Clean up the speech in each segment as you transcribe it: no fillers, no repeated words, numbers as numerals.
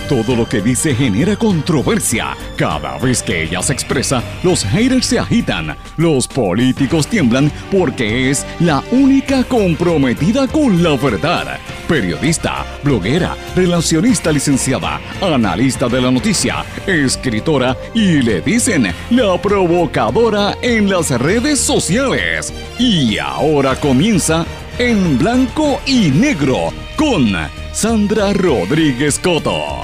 Todo lo que dice genera controversia. Cada vez que ella se expresa, los haters se agitan. Los políticos tiemblan porque es la única comprometida con la verdad. Periodista, bloguera, relacionista licenciada, analista de la noticia, escritora y le dicen la provocadora en las redes sociales. Y ahora comienza En Blanco y Negro con Sandra Rodríguez Coto.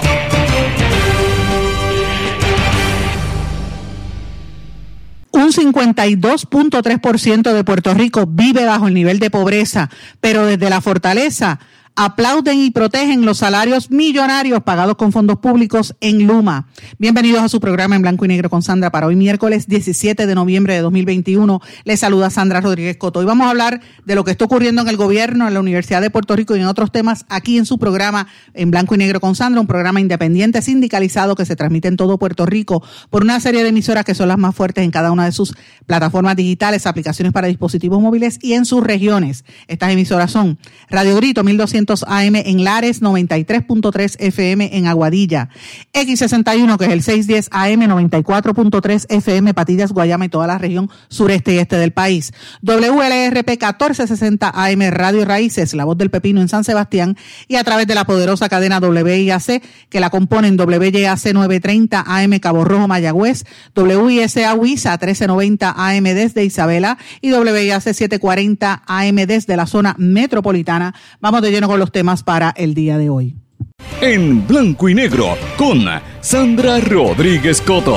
Un 52.3% de Puerto Rico vive bajo el nivel de pobreza, pero desde la fortaleza aplauden y protegen los salarios millonarios pagados con fondos públicos en Luma. Bienvenidos a su programa En Blanco y Negro con Sandra para hoy miércoles 17 de noviembre de 2021. Les saluda Sandra Rodríguez Coto. Hoy vamos a hablar de lo que está ocurriendo en el gobierno, en la Universidad de Puerto Rico y en otros temas aquí en su programa En Blanco y Negro con Sandra, un programa independiente sindicalizado que se transmite en todo Puerto Rico por una serie de emisoras que son las más fuertes en cada una de sus plataformas digitales, aplicaciones para dispositivos móviles y en sus regiones. Estas emisoras son Radio Grito 1200 AM en Lares, 93.3 FM en Aguadilla, X61 que es el 610 AM, 94.3 FM Patillas, Guayama y toda la región sureste y este del país, WLRP 1460 AM Radio Raíces, La Voz del Pepino en San Sebastián y a través de la poderosa cadena WIAC que la componen WYAC 930 AM Cabo Rojo Mayagüez, WISA Huiza 1390 AM desde Isabela y WIAC 740 AM desde la zona metropolitana. Vamos de lleno con los temas para el día de hoy. En Blanco y Negro con Sandra Rodríguez Coto.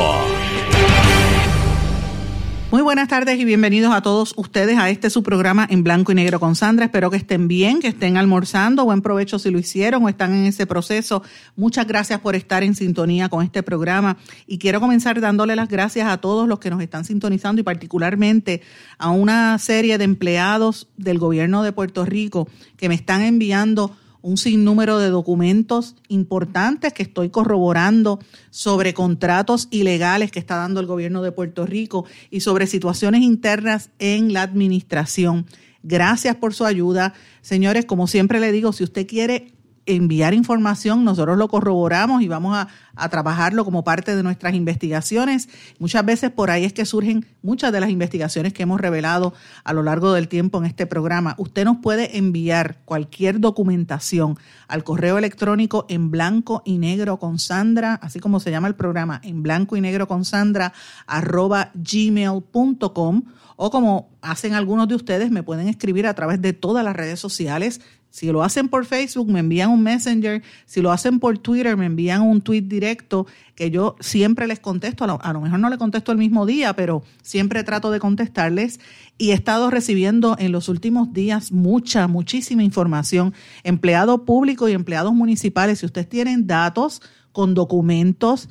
Muy buenas tardes y bienvenidos a todos ustedes a su programa En Blanco y Negro con Sandra. Espero que estén bien, que estén almorzando, buen provecho si lo hicieron o están en ese proceso. Muchas gracias por estar en sintonía con este programa y quiero comenzar dándole las gracias a todos los que nos están sintonizando y particularmente a una serie de empleados del gobierno de Puerto Rico que me están enviando un sinnúmero de documentos importantes que estoy corroborando sobre contratos ilegales que está dando el gobierno de Puerto Rico y sobre situaciones internas en la administración. Gracias por su ayuda. Señores, como siempre le digo, si usted quiere enviar información, nosotros lo corroboramos y vamos a trabajarlo como parte de nuestras investigaciones. Muchas veces por ahí es que surgen muchas de las investigaciones que hemos revelado a lo largo del tiempo en este programa. Usted nos puede enviar cualquier documentación al correo electrónico En Blanco y Negro con Sandra, así como se llama el programa, En Blanco y Negro con Sandra @gmail.com, o como hacen algunos de ustedes, me pueden escribir a través de todas las redes sociales. Si lo hacen por Facebook, me envían un Messenger. Si lo hacen por Twitter, me envían un tweet directo que yo siempre les contesto. A lo mejor no le contesto el mismo día, pero siempre trato de contestarles. Y he estado recibiendo en los últimos días muchísima información. Empleados públicos y empleados municipales, si ustedes tienen datos con documentos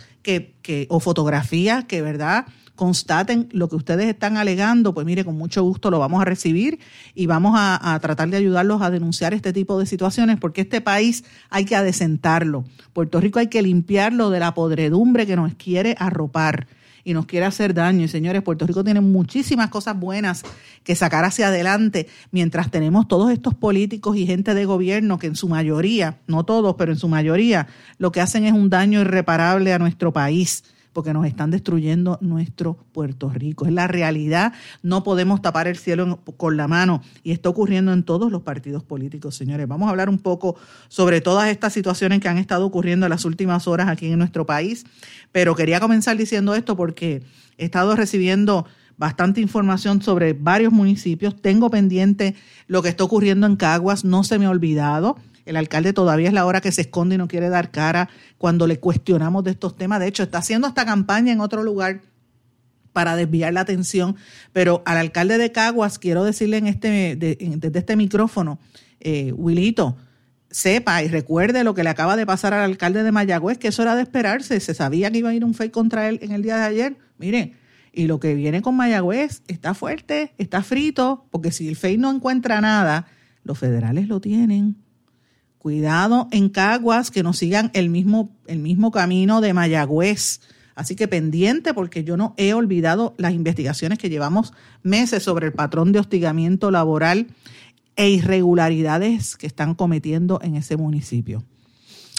o fotografías que, ¿verdad?, constaten lo que ustedes están alegando, pues mire, con mucho gusto lo vamos a recibir y vamos a tratar de ayudarlos a denunciar este tipo de situaciones, porque este país hay que adecentarlo. Puerto Rico hay que limpiarlo de la podredumbre que nos quiere arropar y nos quiere hacer daño. Y señores, Puerto Rico tiene muchísimas cosas buenas que sacar hacia adelante, mientras tenemos todos estos políticos y gente de gobierno que en su mayoría, no todos, pero en su mayoría, lo que hacen es un daño irreparable a nuestro país, porque nos están destruyendo nuestro Puerto Rico. Es la realidad, no podemos tapar el cielo con la mano y está ocurriendo en todos los partidos políticos, señores. Vamos a hablar un poco sobre todas estas situaciones que han estado ocurriendo en las últimas horas aquí en nuestro país, pero quería comenzar diciendo esto porque he estado recibiendo bastante información sobre varios municipios. Tengo pendiente lo que está ocurriendo en Caguas, no se me ha olvidado. El alcalde todavía es la hora que se esconde y no quiere dar cara cuando le cuestionamos de estos temas. De hecho, está haciendo esta campaña en otro lugar para desviar la atención. Pero al alcalde de Caguas quiero decirle desde este micrófono, Wilito, sepa y recuerde lo que le acaba de pasar al alcalde de Mayagüez, que eso era de esperarse. Se sabía que iba a ir un fake contra él en el día de ayer. Mire, y lo que viene con Mayagüez está fuerte, está frito, porque si el fake no encuentra nada, los federales lo tienen. Cuidado en Caguas, que no sigan el mismo camino de Mayagüez. Así que pendiente, porque yo no he olvidado las investigaciones que llevamos meses sobre el patrón de hostigamiento laboral e irregularidades que están cometiendo en ese municipio.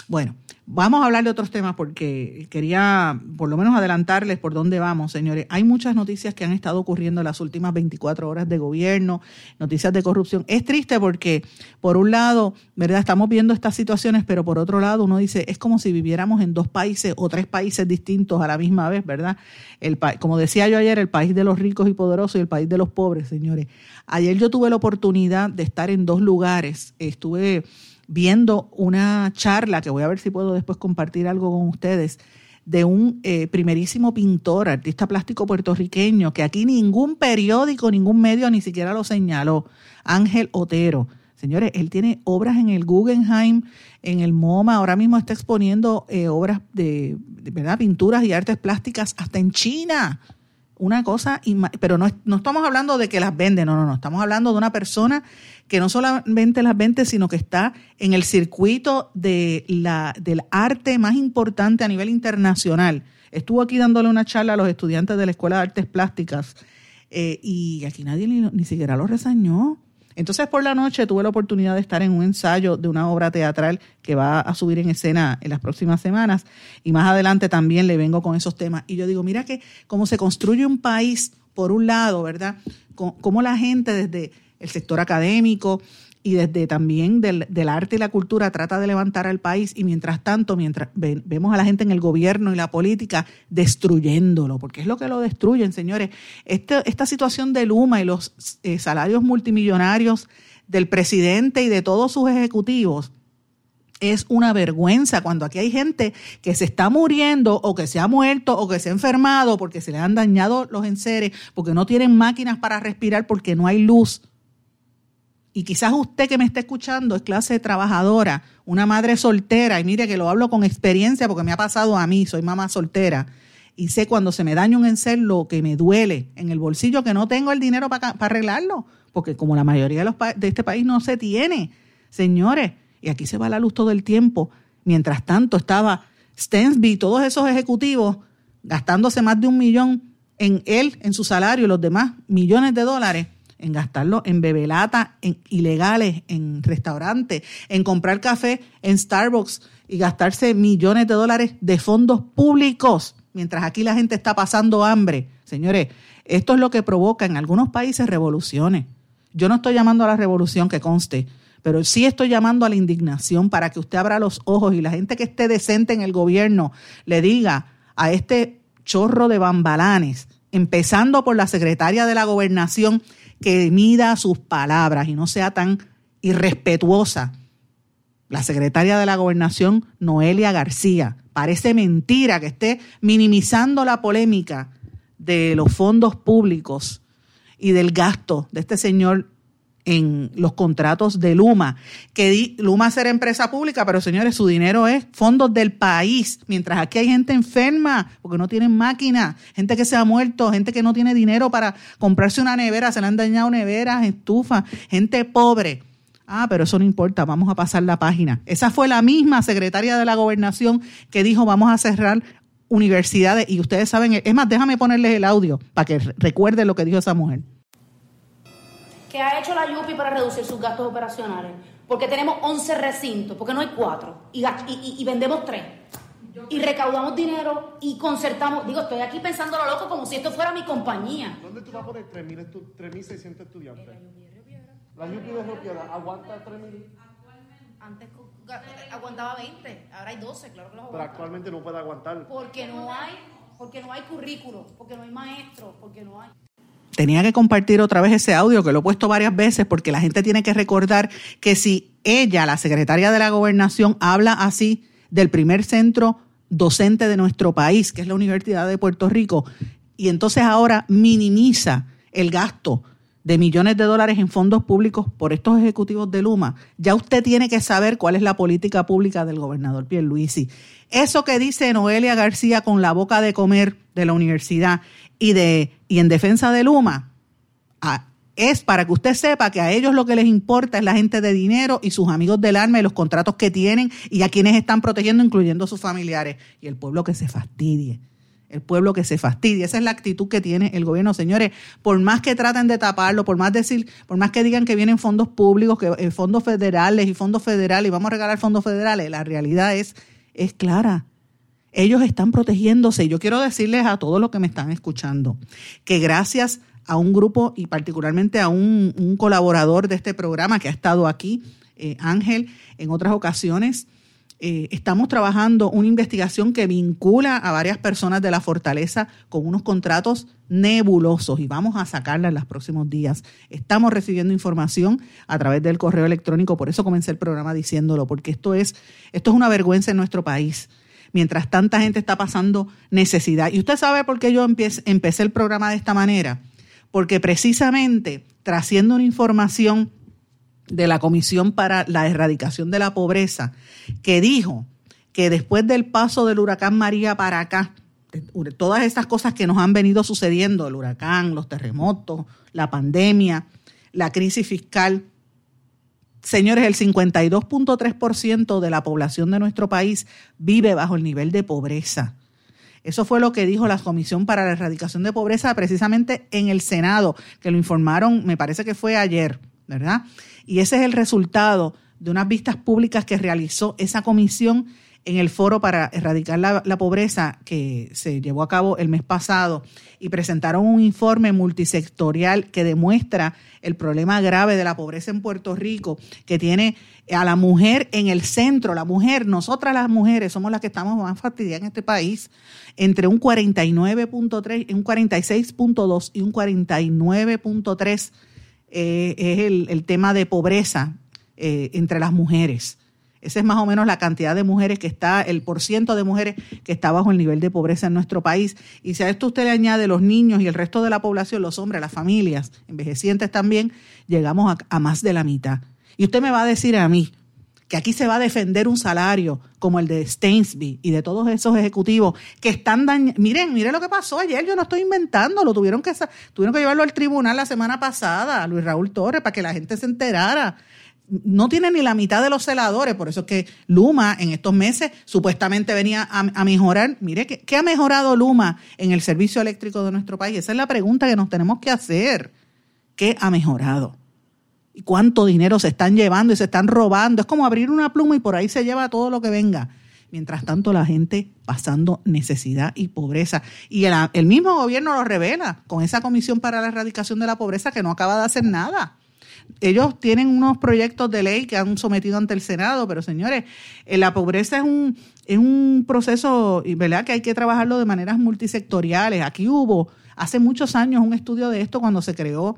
Bueno, vamos a hablar de otros temas porque quería por lo menos adelantarles por dónde vamos, señores. Hay muchas noticias que han estado ocurriendo en las últimas 24 horas de gobierno, noticias de corrupción. Es triste porque, por un lado, ¿verdad? Estamos viendo estas situaciones, pero por otro lado uno dice, es como si viviéramos en 2 países o 3 países distintos a la misma vez, ¿verdad? Como decía yo ayer, el país de los ricos y poderosos y el país de los pobres, señores. Ayer yo tuve la oportunidad de estar en 2 lugares. Estuve viendo una charla, que voy a ver si puedo después compartir algo con ustedes, de un primerísimo pintor, artista plástico puertorriqueño, que aquí ningún periódico, ningún medio ni siquiera lo señaló, Ángel Otero. Señores, él tiene obras en el Guggenheim, en el MoMA, ahora mismo está exponiendo obras de ¿verdad? Pinturas y artes plásticas hasta en China. Una cosa, pero no estamos hablando de que las vende, no, estamos hablando de una persona que no solamente las vende, sino que está en el circuito del arte más importante a nivel internacional. Estuvo aquí dándole una charla a los estudiantes de la Escuela de Artes Plásticas y aquí nadie ni siquiera lo reseñó. Entonces por la noche tuve la oportunidad de estar en un ensayo de una obra teatral que va a subir en escena en las próximas semanas y más adelante también le vengo con esos temas. Y yo digo, mira que cómo se construye un país, por un lado, ¿verdad? Cómo la gente desde el sector académico y desde también del arte y la cultura trata de levantar al país y mientras tanto, vemos a la gente en el gobierno y la política destruyéndolo, porque es lo que lo destruyen, señores. Esta situación de Luma y los salarios multimillonarios del presidente y de todos sus ejecutivos es una vergüenza cuando aquí hay gente que se está muriendo o que se ha muerto o que se ha enfermado porque se le han dañado los enseres, porque no tienen máquinas para respirar, porque no hay luz. Y quizás usted que me está escuchando es clase trabajadora, una madre soltera, y mire que lo hablo con experiencia porque me ha pasado a mí, soy mamá soltera, y sé cuando se me daña un enser lo que me duele en el bolsillo, que no tengo el dinero para arreglarlo, porque como la mayoría de este país no se tiene, señores, y aquí se va la luz todo el tiempo. Mientras tanto estaba Stensby y todos esos ejecutivos gastándose más de $1 millón en su salario y los demás millones de dólares en gastarlo en bebelata, en ilegales, en restaurantes, en comprar café en Starbucks y gastarse millones de dólares de fondos públicos, mientras aquí la gente está pasando hambre. Señores, esto es lo que provoca en algunos países revoluciones. Yo no estoy llamando a la revolución, que conste, pero sí estoy llamando a la indignación para que usted abra los ojos y la gente que esté decente en el gobierno le diga a este chorro de bambalanes, empezando por la secretaria de la Gobernación, que mida sus palabras y no sea tan irrespetuosa. La secretaria de la Gobernación, Noelia García, parece mentira que esté minimizando la polémica de los fondos públicos y del gasto de este señor en los contratos de Luma, que Luma será empresa pública, pero señores, su dinero es fondos del país, mientras aquí hay gente enferma porque no tienen máquina, gente que se ha muerto, gente que no tiene dinero para comprarse una nevera, se le han dañado neveras, estufas, gente pobre. Pero eso no importa, vamos a pasar la página. Esa fue la misma secretaria de la Gobernación que dijo vamos a cerrar universidades, y ustedes saben, es más, déjame ponerles el audio para que recuerden lo que dijo esa mujer. ¿Qué ha hecho la YUPI para reducir sus gastos operacionales? Porque tenemos 11 recintos, porque no hay 4, y vendemos 3. Y recaudamos dinero y concertamos. Digo, estoy aquí pensando lo loco como si esto fuera mi compañía. ¿Dónde tú vas a poner 3.600 estudiantes? La YUPI de Río Piedras aguanta 3.000. Antes aguantaba 20, ahora hay 12, claro que los aguanta. Pero actualmente no puede aguantar. Porque no hay currículo, porque no hay maestros, porque no hay... Tenía que compartir otra vez ese audio, que lo he puesto varias veces, porque la gente tiene que recordar que si ella, la secretaria de la Gobernación, habla así del primer centro docente de nuestro país, que es la Universidad de Puerto Rico, y entonces ahora minimiza el gasto de millones de dólares en fondos públicos por estos ejecutivos de Luma, ya usted tiene que saber cuál es la política pública del gobernador Pierluisi. Eso que dice Noelia García con la boca de comer de la universidad y en defensa de Luma, es para que usted sepa que a ellos lo que les importa es la gente de dinero y sus amigos del arma y los contratos que tienen y a quienes están protegiendo, incluyendo sus familiares. Y el pueblo que se fastidie. el pueblo que se fastidia. Esa es la actitud que tiene el gobierno, señores. Por más que traten de taparlo, por más que digan que vienen fondos públicos, que fondos federales y vamos a regalar fondos federales, la realidad es clara. Ellos están protegiéndose. Yo quiero decirles a todos los que me están escuchando que gracias a un grupo y particularmente a un colaborador de este programa que ha estado aquí, Ángel, en otras ocasiones, estamos trabajando una investigación que vincula a varias personas de la Fortaleza con unos contratos nebulosos y vamos a sacarla en los próximos días. Estamos recibiendo información a través del correo electrónico, por eso comencé el programa diciéndolo, porque esto es una vergüenza en nuestro país. Mientras tanta gente está pasando necesidad. Y usted sabe por qué yo empecé el programa de esta manera. Porque precisamente trasciendo una información de la Comisión para la Erradicación de la Pobreza, que dijo que después del paso del huracán María para acá, todas estas cosas que nos han venido sucediendo, el huracán, los terremotos, la pandemia, la crisis fiscal, señores, el 52.3% de la población de nuestro país vive bajo el nivel de pobreza. Eso fue lo que dijo la Comisión para la Erradicación de Pobreza precisamente en el Senado, que lo informaron, me parece que fue ayer, ¿verdad? Y ese es el resultado de unas vistas públicas que realizó esa comisión en el Foro para Erradicar la Pobreza que se llevó a cabo el mes pasado y presentaron un informe multisectorial que demuestra el problema grave de la pobreza en Puerto Rico, que tiene a la mujer en el centro. La mujer, nosotras las mujeres somos las que estamos más fastidiadas en este país, entre un 49.3, un 46.2 y un 49.3 es el tema de pobreza entre las mujeres. Esa es más o menos la cantidad de mujeres que está, el % de mujeres que está bajo el nivel de pobreza en nuestro país. Y si a esto usted le añade los niños y el resto de la población, los hombres, las familias, envejecientes también, llegamos a más de la mitad. Y usted me va a decir a mí que aquí se va a defender un salario como el de Stainsby y de todos esos ejecutivos que están dañando. Miren lo que pasó ayer, yo no estoy inventando, tuvieron que llevarlo al tribunal la semana pasada, a Luis Raúl Torres, para que la gente se enterara. No tiene ni la mitad de los celadores, por eso es que Luma en estos meses supuestamente venía a mejorar. Mire, ¿qué ha mejorado Luma en el servicio eléctrico de nuestro país? Esa es la pregunta que nos tenemos que hacer. ¿Qué ha mejorado? ¿Y cuánto dinero se están llevando y se están robando? Es como abrir una pluma y por ahí se lleva todo lo que venga. Mientras tanto, la gente pasando necesidad y pobreza. Y el mismo gobierno lo revela con esa Comisión para la Erradicación de la Pobreza que no acaba de hacer nada. Ellos tienen unos proyectos de ley que han sometido ante el Senado, pero señores, la pobreza es un proceso, ¿verdad?, que hay que trabajarlo de maneras multisectoriales. Aquí hubo hace muchos años un estudio de esto cuando se creó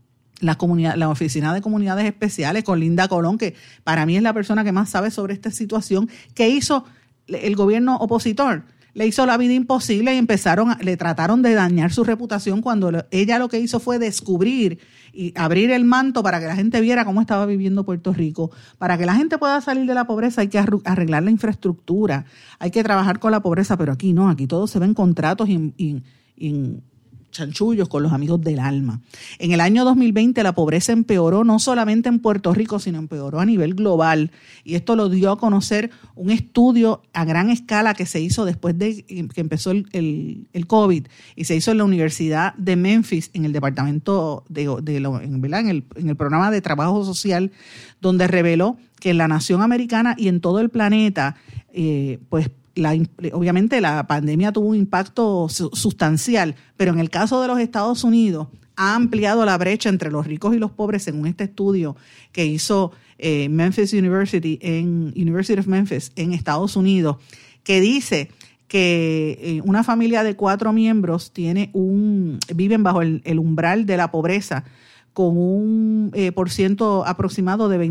la Oficina de Comunidades Especiales con Linda Colón, que para mí es la persona que más sabe sobre esta situación, que hizo el gobierno opositor. Le hizo la vida imposible y le trataron de dañar su reputación cuando ella lo que hizo fue descubrir y abrir el manto para que la gente viera cómo estaba viviendo Puerto Rico. Para que la gente pueda salir de la pobreza hay que arreglar la infraestructura, hay que trabajar con la pobreza, pero aquí no, aquí todo se ven contratos y chanchullos con los amigos del alma. En el año 2020 la pobreza empeoró no solamente en Puerto Rico, sino empeoró a nivel global. Y esto lo dio a conocer un estudio a gran escala que se hizo después de que empezó el COVID y se hizo en la Universidad de Memphis, en el departamento en el programa de trabajo social, donde reveló que en la nación americana y en todo el planeta, obviamente la pandemia tuvo un impacto sustancial, pero en el caso de los Estados Unidos ha ampliado la brecha entre los ricos y los pobres, según este estudio que hizo Memphis University of Memphis en Estados Unidos, que dice que una familia de 4 miembros viven bajo el umbral de la pobreza con un % aproximado de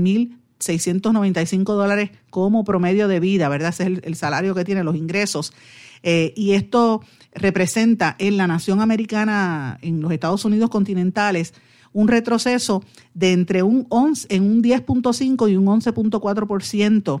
$26,695 como promedio de vida, ¿verdad? Ese es el salario que tienen, los ingresos. Y esto representa en la nación americana, en los Estados Unidos continentales, un retroceso de entre un 10.5 y un 11.4%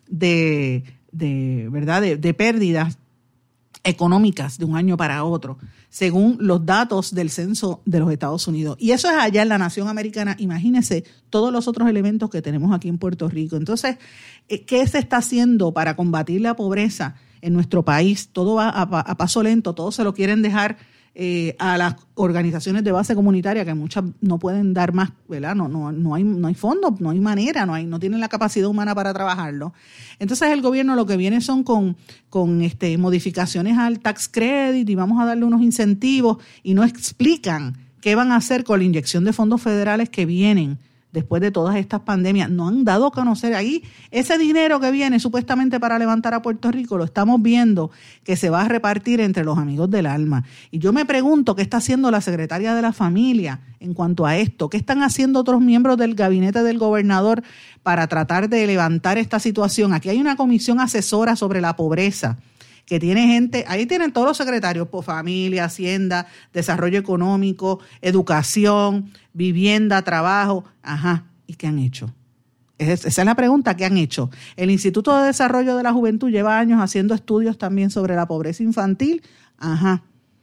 de pérdidas económicas de un año para otro, según los datos del censo de los Estados Unidos. Y eso es allá en la nación americana. Imagínense todos los otros elementos que tenemos aquí en Puerto Rico. Entonces, ¿qué se está haciendo para combatir la pobreza en nuestro país. Todo va a paso lento, todo se lo quieren dejar a las organizaciones de base comunitaria, que muchas no pueden dar más, ¿verdad? No hay fondos, no hay manera, no tienen la capacidad humana para trabajarlo. Entonces el gobierno lo que viene son con modificaciones al tax credit y vamos a darle unos incentivos y no explican qué van a hacer con la inyección de fondos federales que vienen después de todas estas pandemias. No han dado a conocer ahí ese dinero que viene supuestamente para levantar a Puerto Rico, lo estamos viendo que se va a repartir entre los amigos del alma. Y yo me pregunto qué está haciendo la secretaria de la familia en cuanto a esto, qué están haciendo otros miembros del gabinete del gobernador para tratar de levantar esta situación. Aquí hay una comisión asesora sobre la pobreza que tiene gente, ahí tienen todos los secretarios, por familia, hacienda, desarrollo económico, educación, vivienda, trabajo. Ajá, ¿y qué han hecho? Esa es la pregunta, ¿qué han hecho? El Instituto de Desarrollo de la Juventud lleva años haciendo estudios también sobre la pobreza infantil. Ajá.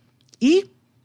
Y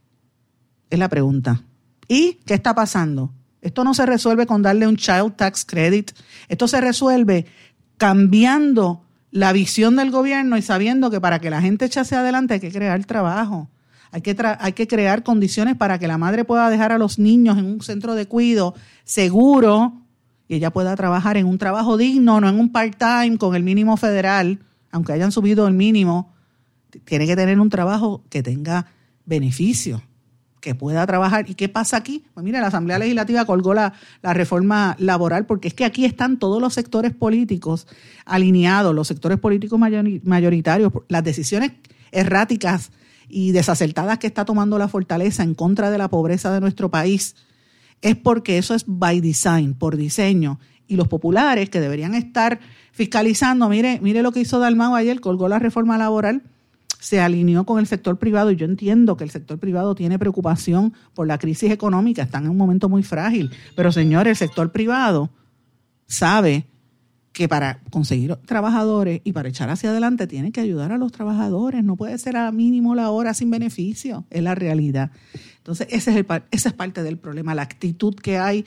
es la pregunta. ¿Y qué está pasando? Esto no se resuelve con darle un Child Tax Credit. Esto se resuelve cambiando la visión del gobierno y sabiendo que para que la gente eche hacia adelante hay que crear trabajo, hay que crear condiciones para que la madre pueda dejar a los niños en un centro de cuidado seguro y ella pueda trabajar en un trabajo digno, no en un part-time con el mínimo federal, aunque hayan subido el mínimo, tiene que tener un trabajo que tenga beneficio, que pueda trabajar. ¿Y qué pasa aquí? Pues mira, la Asamblea Legislativa colgó la reforma laboral, porque es que aquí están todos los sectores políticos alineados, los sectores políticos mayoritarios, las decisiones erráticas y desacertadas que está tomando la Fortaleza en contra de la pobreza de nuestro país, es porque eso es by design, por diseño. Y los populares que deberían estar fiscalizando, mire lo que hizo Dalmau ayer, colgó la reforma laboral, se alineó con el sector privado, y yo entiendo que el sector privado tiene preocupación por la crisis económica, están en un momento muy frágil, pero señores, el sector privado sabe que para conseguir trabajadores y para echar hacia adelante tiene que ayudar a los trabajadores, no puede ser a mínimo la hora sin beneficio, es la realidad. Entonces esa es parte del problema, la actitud que hay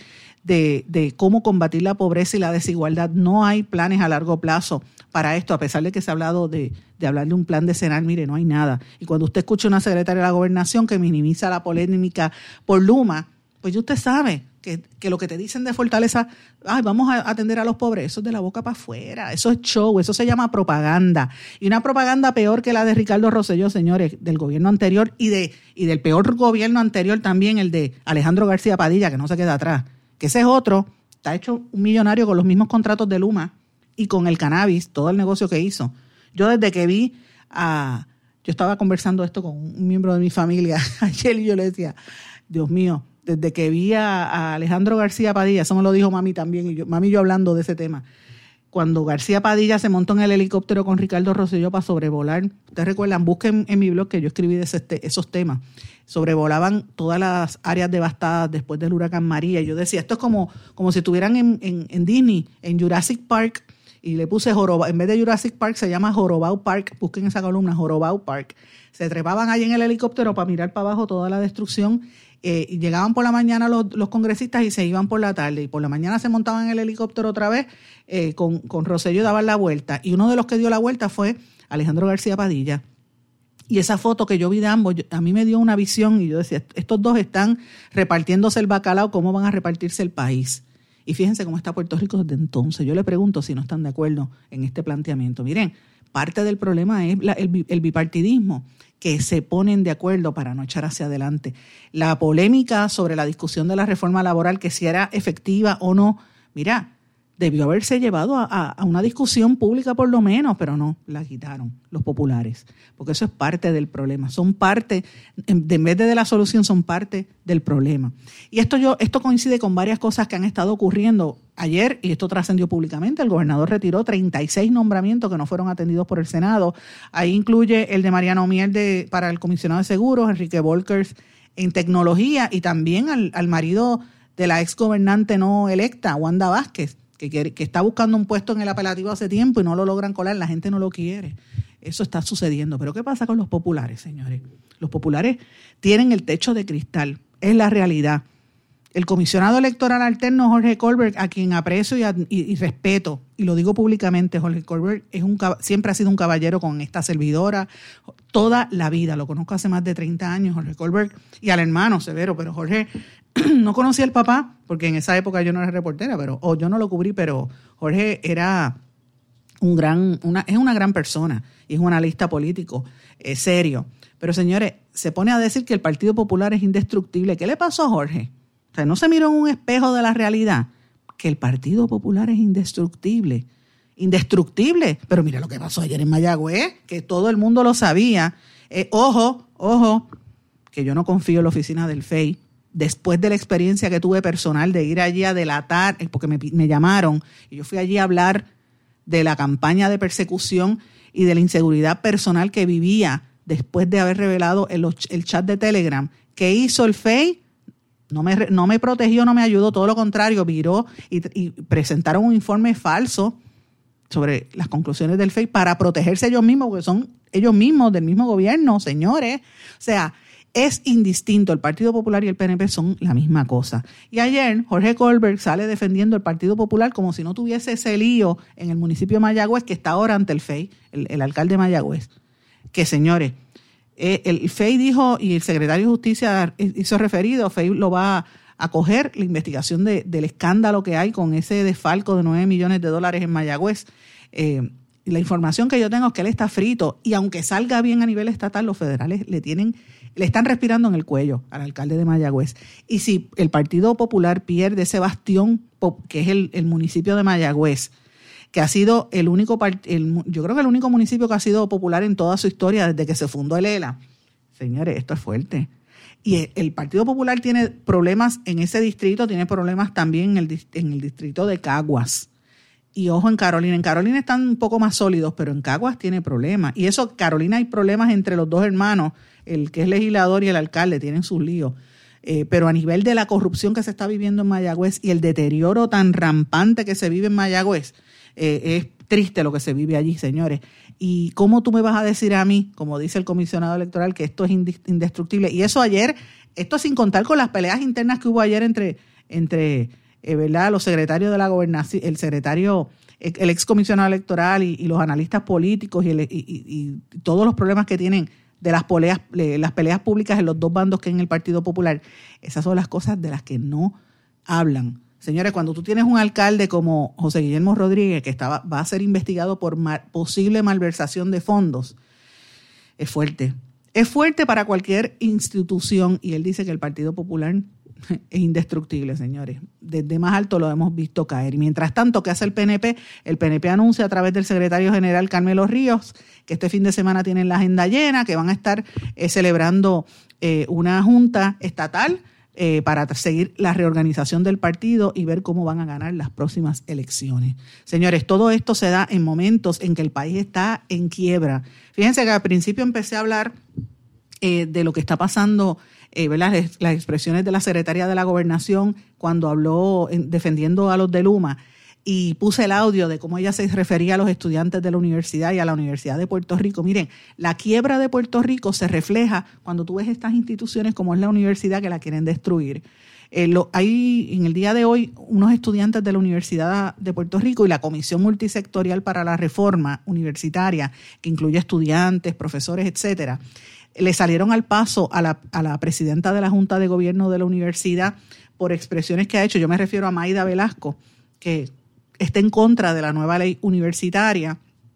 de cómo combatir la pobreza y la desigualdad. No hay planes a largo plazo para esto, a pesar de que se ha hablado de hablar de un plan decenal, mire, no hay nada. Y cuando usted escucha a una secretaria de la Gobernación que minimiza la polémica por Luma, pues ya usted sabe que lo que te dicen de Fortaleza, vamos a atender a los pobres, eso es de la boca para afuera, eso es show, eso se llama propaganda. Y una propaganda peor que la de Ricardo Rosselló, señores, del gobierno anterior y del peor gobierno anterior también, el de Alejandro García Padilla, que no se queda atrás. Que ese es otro, está hecho un millonario con los mismos contratos de Luma y con el cannabis, todo el negocio que hizo. Yo desde que vi yo estaba conversando esto con un miembro de mi familia ayer y yo le decía, Dios mío, desde que vi a Alejandro García Padilla, eso me lo dijo mami también, y mami y yo hablando de ese tema, cuando García Padilla se montó en el helicóptero con Ricardo Rosselló para sobrevolar, ustedes recuerdan, busquen en mi blog que yo escribí de esos temas, sobrevolaban todas las áreas devastadas después del huracán María, y yo decía, esto es como si estuvieran en Disney, en Jurassic Park, y le puse en vez de Jurassic Park se llama Jorobado Park, busquen esa columna, Jorobado Park. Se trepaban ahí en el helicóptero para mirar para abajo toda la destrucción, y llegaban por la mañana los congresistas y se iban por la tarde, y por la mañana se montaban en el helicóptero otra vez con Rosselló, daban la vuelta, y uno de los que dio la vuelta fue Alejandro García Padilla. Y esa foto que yo vi de ambos, a mí me dio una visión, y yo decía, estos dos están repartiéndose el bacalao, ¿cómo van a repartirse el país? Y fíjense cómo está Puerto Rico desde entonces. Yo le pregunto si no están de acuerdo en este planteamiento. Miren, parte del problema es el bipartidismo, que se ponen de acuerdo para no echar hacia adelante. La polémica sobre la discusión de la reforma laboral, que si era efectiva o no, mira, debió haberse llevado a una discusión pública por lo menos, pero no, la quitaron los populares, porque eso es parte del problema, son parte, en vez de la solución, son parte del problema. Y esto coincide con varias cosas que han estado ocurriendo ayer, y esto trascendió públicamente. El gobernador retiró 36 nombramientos que no fueron atendidos por el Senado. Ahí incluye el de Mariano Mier para el comisionado de seguros, Enrique Volkers en tecnología, y también al marido de la ex gobernante no electa, Wanda Vázquez, que está buscando un puesto en el apelativo hace tiempo y no lo logran colar, la gente no lo quiere. Eso está sucediendo. Pero ¿qué pasa con los populares, señores? Los populares tienen el techo de cristal, es la realidad. el comisionado electoral alterno Jorge Colbert, a quien aprecio y respeto, y lo digo públicamente, Jorge Colbert siempre ha sido un caballero con esta servidora toda la vida. Lo conozco hace más de 30 años, Jorge Colbert, y al hermano Severo, pero Jorge no conocía al papá, porque en esa época yo no era reportera, o yo no lo cubrí, pero Jorge era es una gran persona y es un analista político serio. Pero señores, se pone a decir que el Partido Popular es indestructible. ¿Qué le pasó a Jorge? O sea, no se miró en un espejo de la realidad, que el Partido Popular es indestructible. Indestructible. Pero mira lo que pasó ayer en Mayagüez, que todo el mundo lo sabía. Ojo, que yo no confío en la oficina del FEI. Después de la experiencia que tuve personal de ir allí a delatar, porque me llamaron, y yo fui allí a hablar de la campaña de persecución y de la inseguridad personal que vivía después de haber revelado el chat de Telegram. ¿Qué hizo el FEI? No me protegió, no me ayudó, todo lo contrario, viró y presentaron un informe falso sobre las conclusiones del FEI para protegerse ellos mismos, porque son ellos mismos del mismo gobierno, señores. O sea, es indistinto. El Partido Popular y el PNP son la misma cosa. Y ayer Jorge Colbert sale defendiendo el Partido Popular como si no tuviese ese lío en el municipio de Mayagüez que está ahora ante el FEI, el alcalde de Mayagüez. Que señores, el FEI dijo, y el secretario de Justicia hizo referido, FEI lo va a coger la investigación del escándalo que hay con ese desfalco de $9 millones en Mayagüez. La información que yo tengo es que él está frito, y aunque salga bien a nivel estatal, los federales le están respirando en el cuello al alcalde de Mayagüez. Y si el Partido Popular pierde ese bastión, que es el municipio de Mayagüez, que ha sido yo creo que el único municipio que ha sido popular en toda su historia desde que se fundó el ELA. Señores, esto es fuerte. Y el Partido Popular tiene problemas en ese distrito, tiene problemas también en el distrito de Caguas. Y ojo en Carolina. En Carolina están un poco más sólidos, pero en Caguas tiene problemas. Y eso, Carolina hay problemas entre los dos hermanos, el que es legislador y el alcalde, tienen sus líos. Pero a nivel de la corrupción que se está viviendo en Mayagüez y el deterioro tan rampante que se vive en Mayagüez, es triste lo que se vive allí, señores. ¿Y cómo tú me vas a decir a mí, como dice el comisionado electoral, que esto es indestructible? Y eso ayer, esto sin contar con las peleas internas que hubo ayer entre ¿verdad?, los secretarios de la gobernación, el excomisionado electoral y los analistas políticos y todos los problemas que tienen de las peleas públicas en los dos bandos que hay en el Partido Popular. Esas son las cosas de las que no hablan. Señores, cuando tú tienes un alcalde como José Guillermo Rodríguez, que va a ser investigado por posible malversación de fondos, es fuerte. Es fuerte para cualquier institución, y él dice que el Partido Popular es indestructible, señores. Desde más alto lo hemos visto caer. Y mientras tanto, ¿qué hace el PNP? El PNP anuncia a través del secretario general Carmelo Ríos que este fin de semana tienen la agenda llena, que van a estar celebrando una junta estatal para seguir la reorganización del partido y ver cómo van a ganar las próximas elecciones. Señores, todo esto se da en momentos en que el país está en quiebra. Fíjense que al principio empecé a hablar de lo que está pasando, ¿verdad?, las expresiones de la secretaria de la Gobernación cuando habló defendiendo a los de Luma, y puse el audio de cómo ella se refería a los estudiantes de la universidad y a la Universidad de Puerto Rico. Miren, la quiebra de Puerto Rico se refleja cuando tú ves estas instituciones como es la universidad, que la quieren destruir. Hay en el día de hoy unos estudiantes de la Universidad de Puerto Rico y la Comisión Multisectorial para la Reforma Universitaria, que incluye estudiantes, profesores, etcétera, le salieron al paso a la presidenta de la Junta de Gobierno de la universidad por expresiones que ha hecho. Yo me refiero a Mayda Velasco, que está en contra de la nueva ley universitaria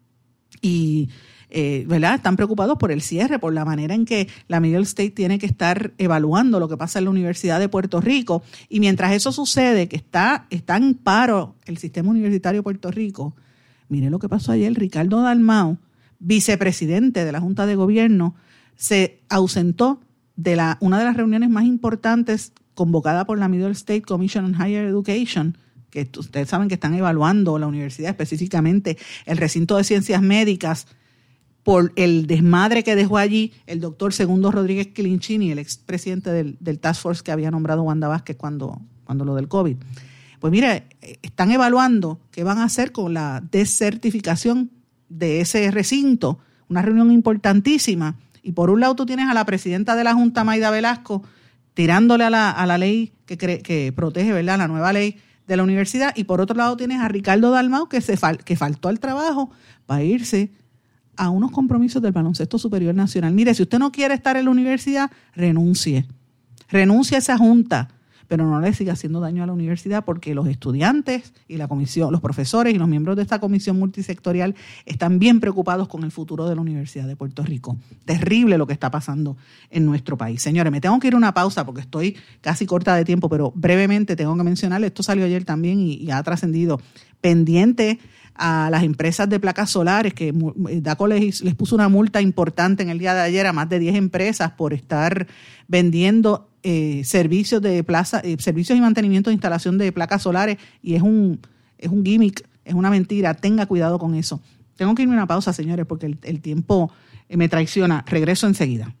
y ¿verdad?, están preocupados por el cierre, por la manera en que la Middle State tiene que estar evaluando lo que pasa en la Universidad de Puerto Rico. Y mientras eso sucede, que está en paro el sistema universitario de Puerto Rico, mire lo que pasó ayer. Ricardo Dalmau, vicepresidente de la Junta de Gobierno, se ausentó de una de las reuniones más importantes convocada por la Middle State Commission on Higher Education, que ustedes saben que están evaluando la universidad, específicamente el recinto de ciencias médicas, por el desmadre que dejó allí el doctor Segundo Rodríguez Quilinchini, el expresidente del Task Force que había nombrado Wanda Vázquez cuando lo del COVID. Pues mire, están evaluando qué van a hacer con la desertificación de ese recinto, una reunión importantísima. Y por un lado tú tienes a la presidenta de la Junta, Mayda Velasco, tirándole a la ley que protege, ¿verdad?, la nueva ley de la universidad. Y por otro lado tienes a Ricardo Dalmau, que faltó al trabajo para irse a unos compromisos del Baloncesto Superior Nacional. Mire, si usted no quiere estar en la universidad, renuncie a esa junta, pero no le siga haciendo daño a la universidad, porque los estudiantes y la comisión, los profesores y los miembros de esta comisión multisectorial están bien preocupados con el futuro de la Universidad de Puerto Rico. Terrible lo que está pasando en nuestro país. Señores, me tengo que ir a una pausa porque estoy casi corta de tiempo, pero brevemente tengo que mencionarle, esto salió ayer también y ha trascendido, pendiente a las empresas de placas solares, que DACO les puso una multa importante en el día de ayer a más de 10 empresas por estar vendiendo servicios y mantenimiento de instalación de placas solares, y es un gimmick, es una mentira. Tenga cuidado con eso. Tengo que irme a una pausa, señores, porque el tiempo me traiciona. Regreso enseguida.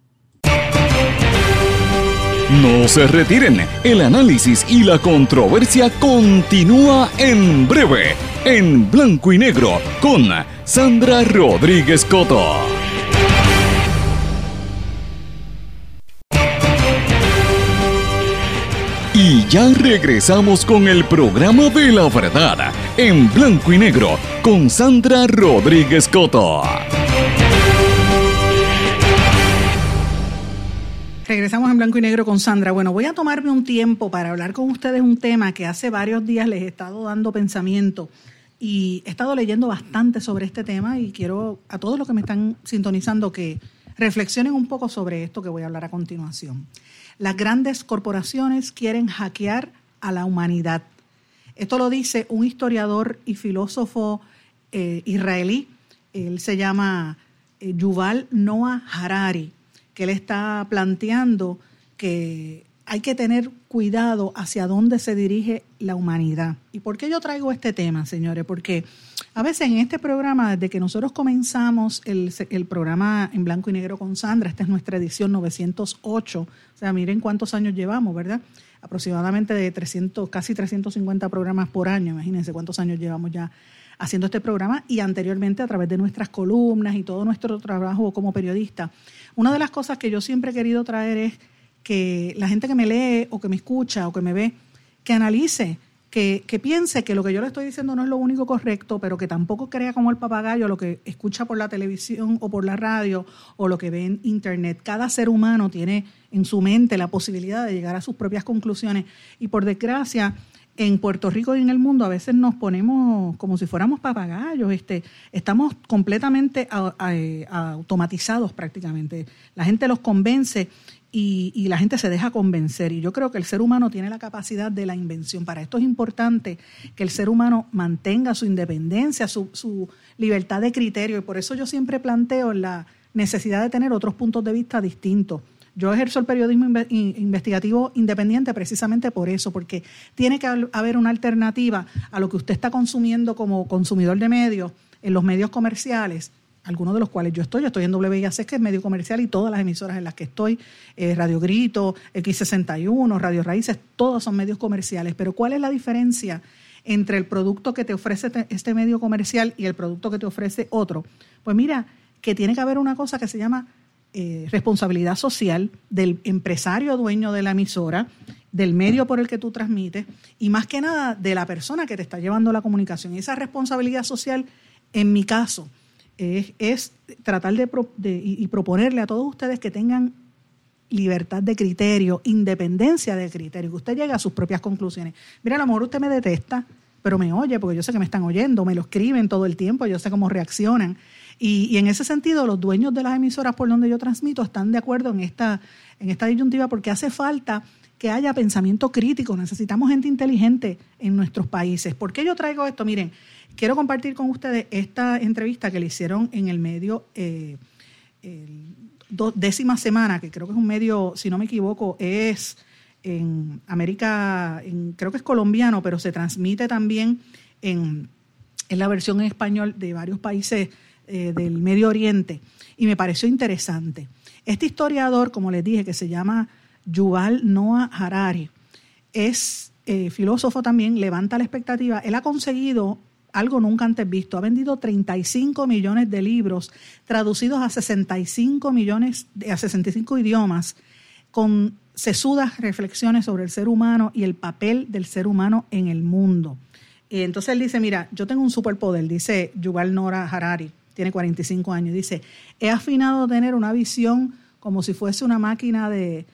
No se retiren, el análisis y la controversia continúa en breve, en Blanco y Negro, con Sandra Rodríguez Coto. Y ya regresamos con el programa de la verdad, en Blanco y Negro, con Sandra Rodríguez Coto. Regresamos en Blanco y Negro con Sandra. Bueno, voy a tomarme un tiempo para hablar con ustedes un tema que hace varios días les he estado dando pensamiento y he estado leyendo bastante sobre este tema, y quiero a todos los que me están sintonizando que reflexionen un poco sobre esto que voy a hablar a continuación. Las grandes corporaciones quieren hackear a la humanidad. Esto lo dice un historiador y filósofo israelí. Él se llama Yuval Noah Harari, que él está planteando que hay que tener cuidado hacia dónde se dirige la humanidad. ¿Y por qué yo traigo este tema, señores? Porque a veces en este programa, desde que nosotros comenzamos el programa en Blanco y Negro con Sandra, esta es nuestra edición 908, o sea, miren cuántos años llevamos, ¿verdad? Aproximadamente de 300, casi 350 programas por año, imagínense cuántos años llevamos ya haciendo este programa, y anteriormente a través de nuestras columnas y todo nuestro trabajo como periodista. Una de las cosas que yo siempre he querido traer es que la gente que me lee o que me escucha o que me ve, que analice, que piense que lo que yo le estoy diciendo no es lo único correcto, pero que tampoco crea como el papagayo lo que escucha por la televisión o por la radio o lo que ve en internet. Cada ser humano tiene en su mente la posibilidad de llegar a sus propias conclusiones, y por desgracia en Puerto Rico y en el mundo a veces nos ponemos como si fuéramos papagayos. Estamos completamente automatizados prácticamente. La gente los convence y la gente se deja convencer. Y yo creo que el ser humano tiene la capacidad de la invención. Para esto es importante que el ser humano mantenga su independencia, su libertad de criterio. Y por eso yo siempre planteo la necesidad de tener otros puntos de vista distintos. Yo ejerzo el periodismo investigativo independiente precisamente por eso, porque tiene que haber una alternativa a lo que usted está consumiendo como consumidor de medios, en los medios comerciales, algunos de los cuales yo estoy en WIAC, que es medio comercial, y todas las emisoras en las que estoy, Radio Grito, X61, Radio Raíces, todos son medios comerciales. Pero ¿cuál es la diferencia entre el producto que te ofrece este medio comercial y el producto que te ofrece otro? Pues mira, que tiene que haber una cosa que se llama responsabilidad social del empresario dueño de la emisora, del medio por el que tú transmites, y más que nada de la persona que te está llevando la comunicación. Y esa responsabilidad social, en mi caso, es tratar de proponerle a todos ustedes que tengan libertad de criterio, independencia de criterio, que usted llegue a sus propias conclusiones. Mira, a lo mejor usted me detesta, pero me oye, porque yo sé que me están oyendo, me lo escriben todo el tiempo, yo sé cómo reaccionan. Y en ese sentido, los dueños de las emisoras por donde yo transmito están de acuerdo en esta disyuntiva, porque hace falta que haya pensamiento crítico. Necesitamos gente inteligente en nuestros países. ¿Por qué yo traigo esto? Miren, quiero compartir con ustedes esta entrevista que le hicieron en el medio 10ª Semana, que creo que es un medio, si no me equivoco, es en América, creo que es colombiano, pero se transmite también en la versión en español de varios países del Medio Oriente, y me pareció interesante. Este historiador, como les dije, que se llama Yuval Noah Harari, es filósofo también, levanta la expectativa. Él ha conseguido algo nunca antes visto. Ha vendido 35 millones de libros traducidos a 65 idiomas, con sesudas reflexiones sobre el ser humano y el papel del ser humano en el mundo. Entonces él dice, mira, yo tengo un superpoder, dice Yuval Noah Harari, tiene 45 años, dice, he afinado a tener una visión como si fuese una máquina de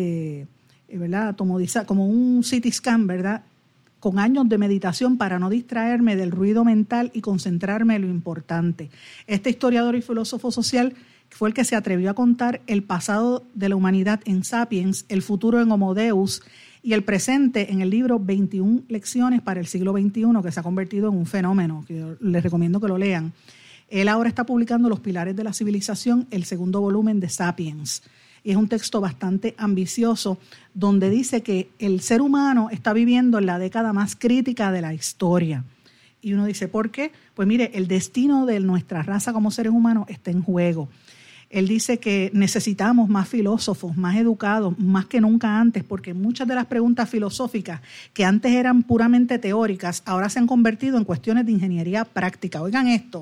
¿verdad? Como un CT scan, ¿verdad? Con años de meditación para no distraerme del ruido mental y concentrarme en lo importante. Este historiador y filósofo social fue el que se atrevió a contar el pasado de la humanidad en Sapiens, el futuro en Homo Deus y el presente en el libro 21 lecciones para el siglo XXI, que se ha convertido en un fenómeno, que yo les recomiendo que lo lean. Él ahora está publicando Los Pilares de la Civilización, el segundo volumen de Sapiens. Y es un texto bastante ambicioso donde dice que el ser humano está viviendo en la década más crítica de la historia. Y uno dice, ¿por qué? Pues mire, el destino de nuestra raza como seres humanos está en juego. Él dice que necesitamos más filósofos, más educados, más que nunca antes, porque muchas de las preguntas filosóficas que antes eran puramente teóricas, ahora se han convertido en cuestiones de ingeniería práctica. Oigan esto,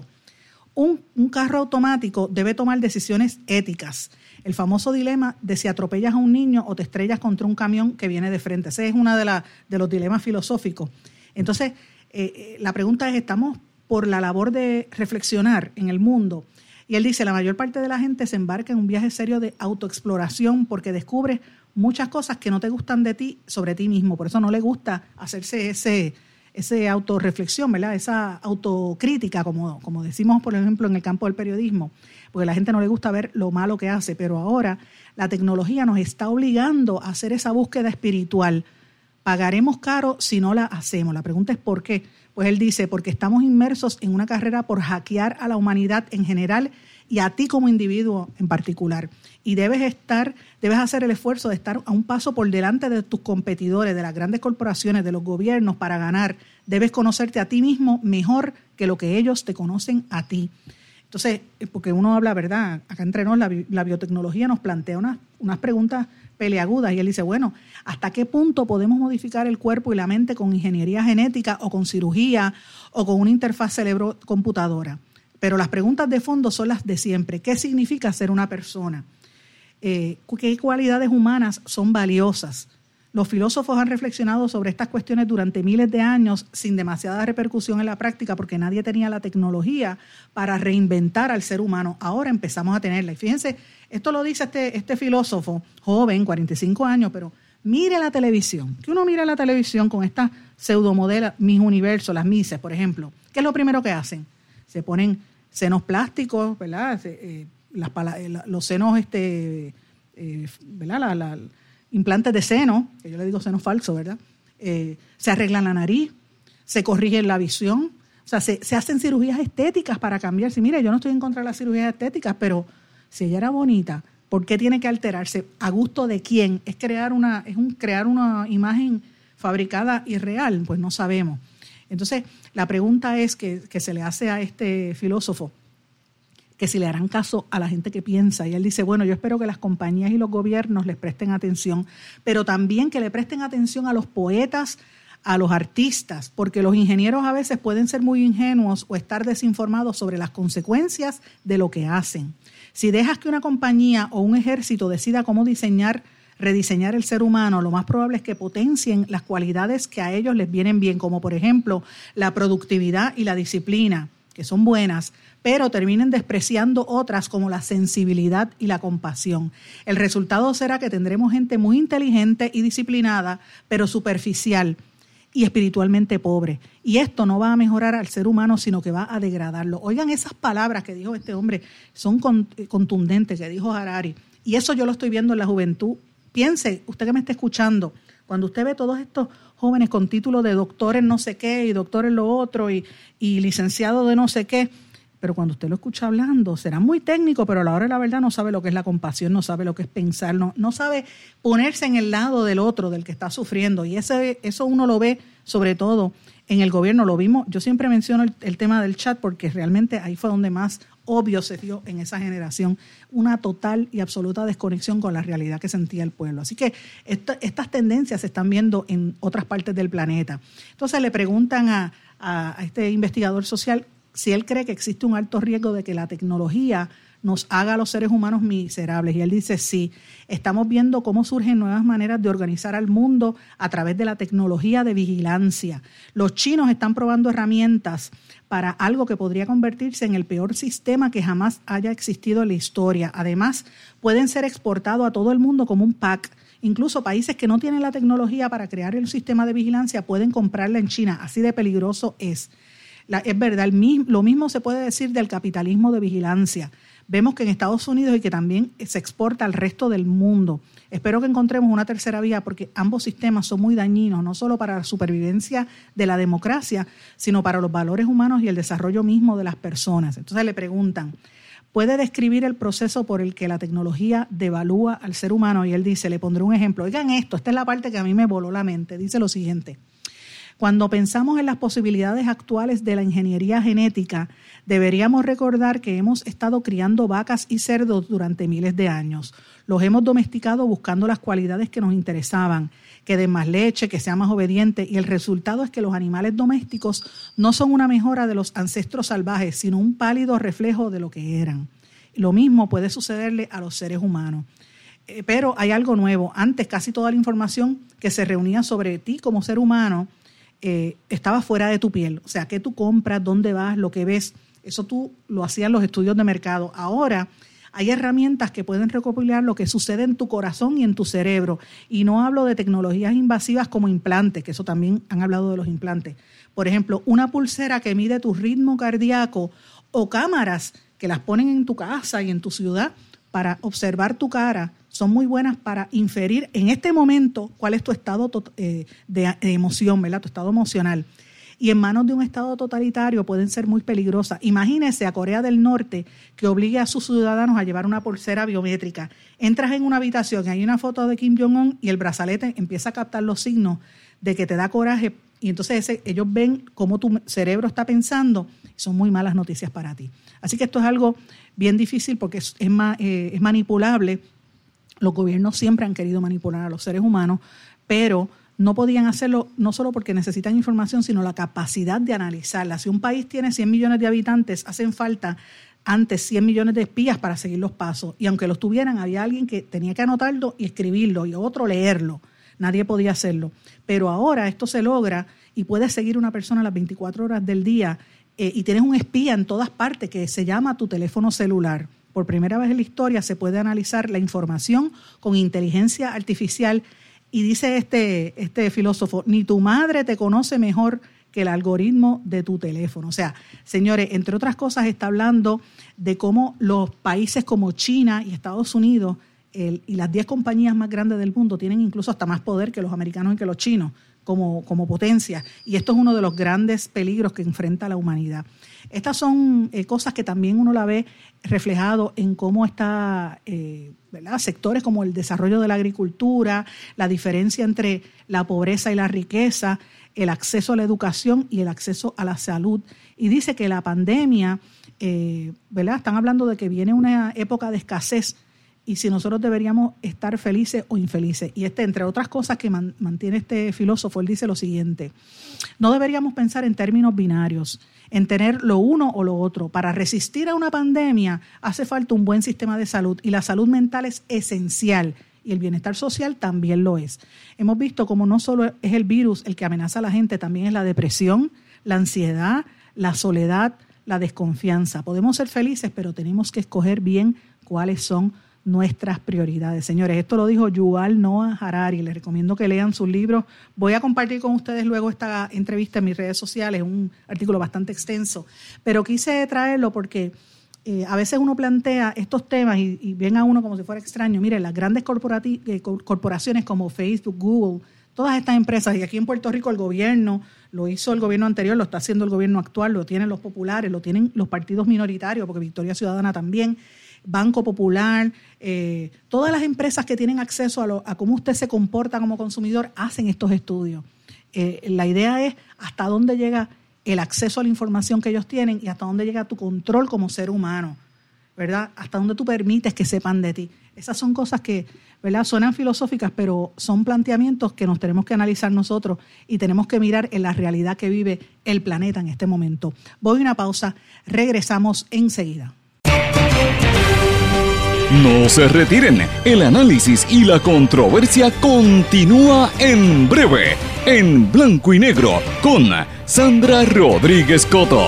un carro automático debe tomar decisiones éticas. El famoso dilema de si atropellas a un niño o te estrellas contra un camión que viene de frente. Ese es uno de los dilemas filosóficos. Entonces, la pregunta es, ¿estamos por la labor de reflexionar en el mundo? Y él dice, la mayor parte de la gente se embarca en un viaje serio de autoexploración porque descubre muchas cosas que no te gustan de ti, sobre ti mismo. Por eso no le gusta hacerse ese autorreflexión, ¿verdad? Esa autocrítica, como decimos, por ejemplo, en el campo del periodismo, porque a la gente no le gusta ver lo malo que hace, pero ahora la tecnología nos está obligando a hacer esa búsqueda espiritual. Pagaremos caro si no la hacemos. La pregunta es ¿por qué? Pues él dice, porque estamos inmersos en una carrera por hackear a la humanidad en general y a ti como individuo en particular. Y debes hacer el esfuerzo de estar a un paso por delante de tus competidores, de las grandes corporaciones, de los gobiernos para ganar. Debes conocerte a ti mismo mejor que lo que ellos te conocen a ti. Entonces, porque uno habla, ¿verdad? Acá entre nos la biotecnología nos plantea unas preguntas peleagudas y él dice, bueno, ¿hasta qué punto podemos modificar el cuerpo y la mente con ingeniería genética o con cirugía o con una interfaz cerebro-computadora? Pero las preguntas de fondo son las de siempre. ¿Qué significa ser una persona? ¿Qué cualidades humanas son valiosas? Los filósofos han reflexionado sobre estas cuestiones durante miles de años sin demasiada repercusión en la práctica porque nadie tenía la tecnología para reinventar al ser humano. Ahora empezamos a tenerla. Y fíjense, esto lo dice este filósofo joven, 45 años, pero mire la televisión. Que uno mira la televisión con estas pseudomodelas, Miss Universo, las Misses, por ejemplo. ¿Qué es lo primero que hacen? Se ponen senos plásticos, ¿verdad? Los senos, ¿verdad? Implantes de seno, que yo le digo seno falso, ¿verdad? Se arreglan la nariz, se corrigen la visión, o sea, se hacen cirugías estéticas para cambiarse. Mire, yo no estoy en contra de las cirugías estéticas, pero si ella era bonita, ¿por qué tiene que alterarse? ¿A gusto de quién? ¿Es crear una imagen fabricada y real? Pues no sabemos. Entonces, la pregunta es que se le hace a este filósofo, que si le harán caso a la gente que piensa. Y él dice, bueno, yo espero que las compañías y los gobiernos les presten atención, pero también que le presten atención a los poetas, a los artistas, porque los ingenieros a veces pueden ser muy ingenuos o estar desinformados sobre las consecuencias de lo que hacen. Si dejas que una compañía o un ejército decida cómo rediseñar el ser humano, lo más probable es que potencien las cualidades que a ellos les vienen bien, como por ejemplo la productividad y la disciplina, que son buenas, pero terminen despreciando otras como la sensibilidad y la compasión. El resultado será que tendremos gente muy inteligente y disciplinada, pero superficial y espiritualmente pobre. Y esto no va a mejorar al ser humano, sino que va a degradarlo. Oigan esas palabras que dijo este hombre, son contundentes, que dijo Harari. Y eso yo lo estoy viendo en la juventud. Piense, usted que me está escuchando, cuando usted ve todos estos jóvenes con títulos de doctor en no sé qué y doctor en lo otro y licenciado de no sé qué, pero cuando usted lo escucha hablando, será muy técnico, pero a la hora de la verdad no sabe lo que es la compasión, no sabe lo que es pensar, no sabe ponerse en el lado del otro, del que está sufriendo. Y eso uno lo ve sobre todo en el gobierno. Lo vimos, yo siempre menciono el tema del chat porque realmente ahí fue donde más obvio se dio en esa generación una total y absoluta desconexión con la realidad que sentía el pueblo. Así que estas tendencias se están viendo en otras partes del planeta. Entonces le preguntan a este investigador social si él cree que existe un alto riesgo de que la tecnología nos haga a los seres humanos miserables. Y él dice, sí, estamos viendo cómo surgen nuevas maneras de organizar al mundo a través de la tecnología de vigilancia. Los chinos están probando herramientas para algo que podría convertirse en el peor sistema que jamás haya existido en la historia. Además, pueden ser exportados a todo el mundo como un pack. Incluso países que no tienen la tecnología para crear el sistema de vigilancia pueden comprarla en China. Así de peligroso es. Es verdad, lo mismo se puede decir del capitalismo de vigilancia. Vemos que en Estados Unidos y que también se exporta al resto del mundo. Espero que encontremos una tercera vía porque ambos sistemas son muy dañinos, no solo para la supervivencia de la democracia, sino para los valores humanos y el desarrollo mismo de las personas. Entonces le preguntan, ¿puede describir el proceso por el que la tecnología devalúa al ser humano? Y él dice, le pondré un ejemplo. Oigan esto, esta es la parte que a mí me voló la mente. Dice lo siguiente. Cuando pensamos en las posibilidades actuales de la ingeniería genética, deberíamos recordar que hemos estado criando vacas y cerdos durante miles de años. Los hemos domesticado buscando las cualidades que nos interesaban, que den más leche, que sean más obedientes, y el resultado es que los animales domésticos no son una mejora de los ancestros salvajes, sino un pálido reflejo de lo que eran. Lo mismo puede sucederle a los seres humanos. Pero hay algo nuevo. Antes casi toda la información que se reunía sobre ti como ser humano estaba fuera de tu piel. O sea, qué tú compras, dónde vas, lo que ves, eso tú lo hacían los estudios de mercado. Ahora hay herramientas que pueden recopilar lo que sucede en tu corazón y en tu cerebro. Y no hablo de tecnologías invasivas como implantes, que eso también han hablado de los implantes. Por ejemplo, una pulsera que mide tu ritmo cardíaco o cámaras que las ponen en tu casa y en tu ciudad para observar tu cara, son muy buenas para inferir en este momento cuál es tu estado de emoción, ¿verdad? Tu estado emocional. Y en manos de un estado totalitario pueden ser muy peligrosas. Imagínese a Corea del Norte que obligue a sus ciudadanos a llevar una pulsera biométrica. Entras en una habitación y hay una foto de Kim Jong-un y el brazalete empieza a captar los signos de que te da coraje. Y entonces ellos ven cómo tu cerebro está pensando. Son muy malas noticias para ti. Así que esto es algo bien difícil porque es manipulable. Los gobiernos siempre han querido manipular a los seres humanos, pero no podían hacerlo no solo porque necesitan información, sino la capacidad de analizarla. Si un país tiene 100 millones de habitantes, hacen falta antes 100 millones de espías para seguir los pasos. Y aunque los tuvieran, había alguien que tenía que anotarlo y escribirlo y otro leerlo. Nadie podía hacerlo. Pero ahora esto se logra y puedes seguir una persona las 24 horas del día y tienes un espía en todas partes que se llama tu teléfono celular. Por primera vez en la historia se puede analizar la información con inteligencia artificial y dice este filósofo, ni tu madre te conoce mejor que el algoritmo de tu teléfono. O sea, señores, entre otras cosas está hablando de cómo los países como China y Estados Unidos y las 10 compañías más grandes del mundo tienen incluso hasta más poder que los americanos y que los chinos como potencia. Y esto es uno de los grandes peligros que enfrenta la humanidad. Estas son cosas que también uno la ve reflejado en cómo está, ¿verdad? Sectores como el desarrollo de la agricultura, la diferencia entre la pobreza y la riqueza, el acceso a la educación y el acceso a la salud. Y dice que la pandemia, ¿verdad? Están hablando de que viene una época de escasez y si nosotros deberíamos estar felices o infelices. Y entre otras cosas que mantiene este filósofo, él dice lo siguiente: no deberíamos pensar en términos binarios, en tener lo uno o lo otro. Para resistir a una pandemia hace falta un buen sistema de salud y la salud mental es esencial y el bienestar social también lo es. Hemos visto como no solo es el virus el que amenaza a la gente, también es la depresión, la ansiedad, la soledad, la desconfianza. Podemos ser felices, pero tenemos que escoger bien cuáles son nuestras prioridades. Señores, esto lo dijo Yuval Noah Harari. Les recomiendo que lean sus libros. Voy a compartir con ustedes luego esta entrevista en mis redes sociales, un artículo bastante extenso, pero quise traerlo porque a veces uno plantea estos temas y ven a uno como si fuera extraño. Miren, las grandes corporaciones como Facebook, Google, todas estas empresas, y aquí en Puerto Rico el gobierno, lo hizo el gobierno anterior, lo está haciendo el gobierno actual, lo tienen los populares, lo tienen los partidos minoritarios, porque Victoria Ciudadana también, Banco Popular, todas las empresas que tienen acceso a cómo usted se comporta como consumidor hacen estos estudios. La idea es hasta dónde llega el acceso a la información que ellos tienen y hasta dónde llega tu control como ser humano, ¿verdad? Hasta dónde tú permites que sepan de ti. Esas son cosas que, ¿verdad?, suenan filosóficas, pero son planteamientos que nos tenemos que analizar nosotros y tenemos que mirar en la realidad que vive el planeta en este momento. Voy a una pausa, regresamos enseguida. No se retiren, el análisis y la controversia continúa en breve, en Blanco y Negro, con Sandra Rodríguez Coto.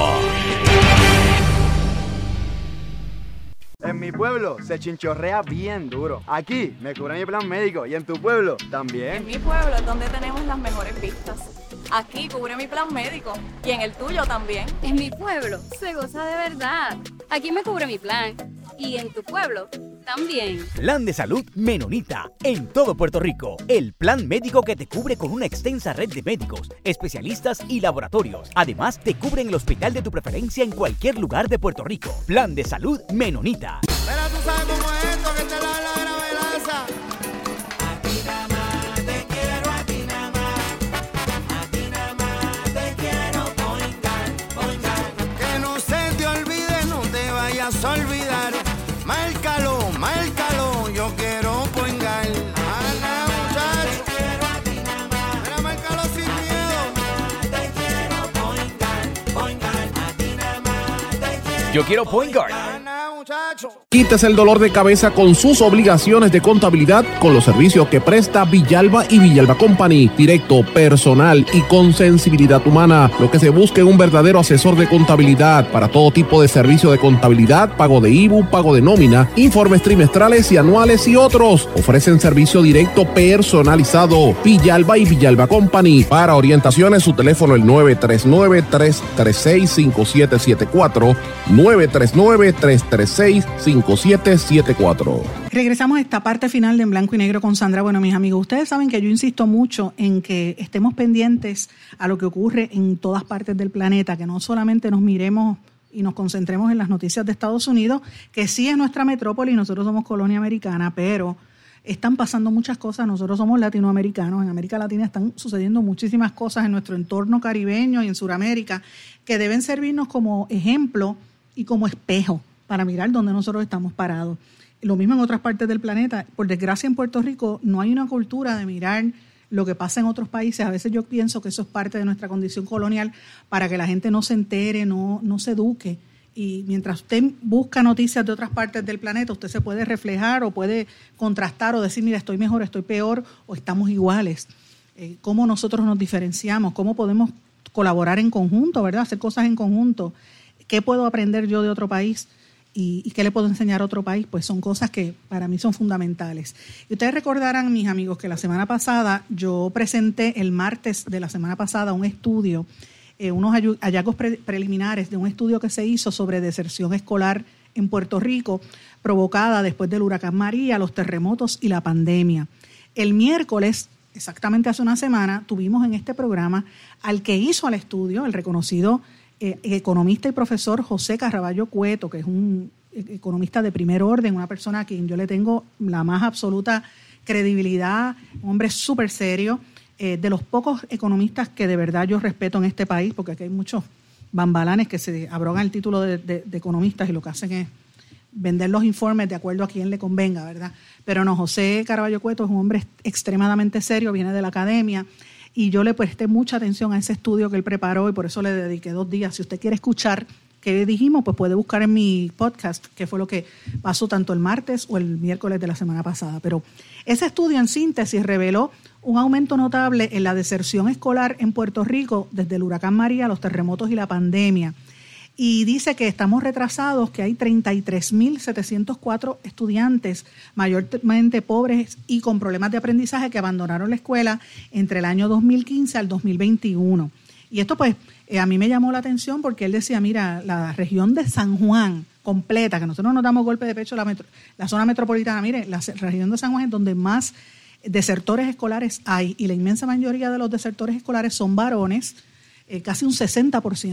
En mi pueblo se chinchorrea bien duro. Aquí me cubre mi plan médico y en tu pueblo también. En mi pueblo es donde tenemos las mejores vistas. Aquí cubre mi plan médico y en el tuyo también. En mi pueblo se goza de verdad. Aquí me cubre mi plan y en tu pueblo también. Plan de Salud Menonita en todo Puerto Rico. El plan médico que te cubre con una extensa red de médicos, especialistas y laboratorios. Además, te cubre en el hospital de tu preferencia en cualquier lugar de Puerto Rico. Plan de Salud Menonita. Pero tú sabes cómo es esto, que te la gravelaza. A ti nada más te quiero, a ti nada más. A ti nada más te quiero, Poingar. Que no se te olvide, no te vayas a olvidar. Márcalo, yo quiero Poingar. Ana, muchacho. Te quiero a ti nada más. Mira, márcalo sin miedo. Te quiero Poingar. A ti nada más te quiero. Yo quiero Poingar. Quítese el dolor de cabeza con sus obligaciones de contabilidad con los servicios que presta Villalba y Villalba Company. Directo, personal y con sensibilidad humana. Lo que se busca en un verdadero asesor de contabilidad para todo tipo de servicio de contabilidad, pago de IBU, pago de nómina, informes trimestrales y anuales y otros. Ofrecen servicio directo personalizado. Villalba y Villalba Company. Para orientaciones, su teléfono el 939-336-5774. 939-336-5774. Regresamos a esta parte final de En Blanco y Negro con Sandra. Bueno, mis amigos, ustedes saben que yo insisto mucho en que estemos pendientes a lo que ocurre en todas partes del planeta, que no solamente nos miremos y nos concentremos en las noticias de Estados Unidos, que sí es nuestra metrópoli y nosotros somos colonia americana, pero están pasando muchas cosas. Nosotros somos latinoamericanos, en América Latina están sucediendo muchísimas cosas en nuestro entorno caribeño y en Sudamérica que deben servirnos como ejemplo y como espejo para mirar dónde nosotros estamos parados. Lo mismo en otras partes del planeta. Por desgracia, en Puerto Rico no hay una cultura de mirar lo que pasa en otros países. A veces yo pienso que eso es parte de nuestra condición colonial para que la gente no se entere, no se eduque. Y mientras usted busca noticias de otras partes del planeta, usted se puede reflejar o puede contrastar o decir, mira, estoy mejor, estoy peor o estamos iguales. Cómo nosotros nos diferenciamos, cómo podemos colaborar en conjunto, ¿verdad? Hacer cosas en conjunto. ¿Qué puedo aprender yo de otro país? ¿Y qué le puedo enseñar a otro país? Pues son cosas que para mí son fundamentales. Y ustedes recordarán, mis amigos, que la semana pasada yo presenté, el martes de la semana pasada, un estudio, unos hallazgos preliminares de un estudio que se hizo sobre deserción escolar en Puerto Rico, provocada después del huracán María, los terremotos y la pandemia. El miércoles, exactamente hace una semana, tuvimos en este programa al que hizo el estudio, el reconocido economista y profesor José Caraballo Cueto, que es un economista de primer orden, una persona a quien yo le tengo la más absoluta credibilidad, un hombre súper serio, de los pocos economistas que de verdad yo respeto en este país, porque aquí hay muchos bambalanes que se abrogan el título de economistas y lo que hacen es vender los informes de acuerdo a quien le convenga, ¿verdad? Pero no, José Caraballo Cueto es un hombre extremadamente serio, viene de la academia, y yo le presté mucha atención a ese estudio que él preparó y por eso le dediqué 2 días. Si usted quiere escuchar qué dijimos, pues puede buscar en mi podcast qué fue lo que pasó tanto el martes o el miércoles de la semana pasada. Pero ese estudio en síntesis reveló un aumento notable en la deserción escolar en Puerto Rico desde el huracán María, los terremotos y la pandemia. Y dice que estamos retrasados, que hay 33.704 estudiantes mayormente pobres y con problemas de aprendizaje que abandonaron la escuela entre el año 2015 al 2021. Y esto pues a mí me llamó la atención porque él decía, mira, la región de San Juan completa, que nosotros nos damos golpe de pecho, la zona metropolitana, mire, la región de San Juan es donde más desertores escolares hay y la inmensa mayoría de los desertores escolares son varones. Casi un 60%,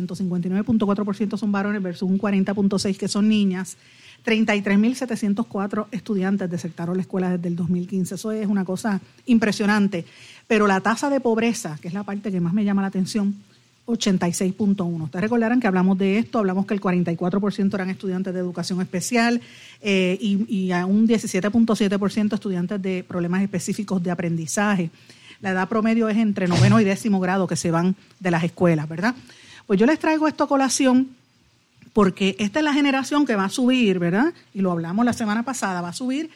59.4% son varones versus un 40.6% que son niñas. 33.704 estudiantes desertaron la escuela desde el 2015. Eso es una cosa impresionante. Pero la tasa de pobreza, que es la parte que más me llama la atención, 86.1. Ustedes recordarán que hablamos de esto, hablamos que el 44% eran estudiantes de educación especial y a un 17.7% estudiantes de problemas específicos de aprendizaje. La edad promedio es entre 9º y 10º grado que se van de las escuelas, ¿verdad? Pues yo les traigo esto a colación porque esta es la generación que va a subir, ¿verdad? Y lo hablamos la semana pasada, va a subir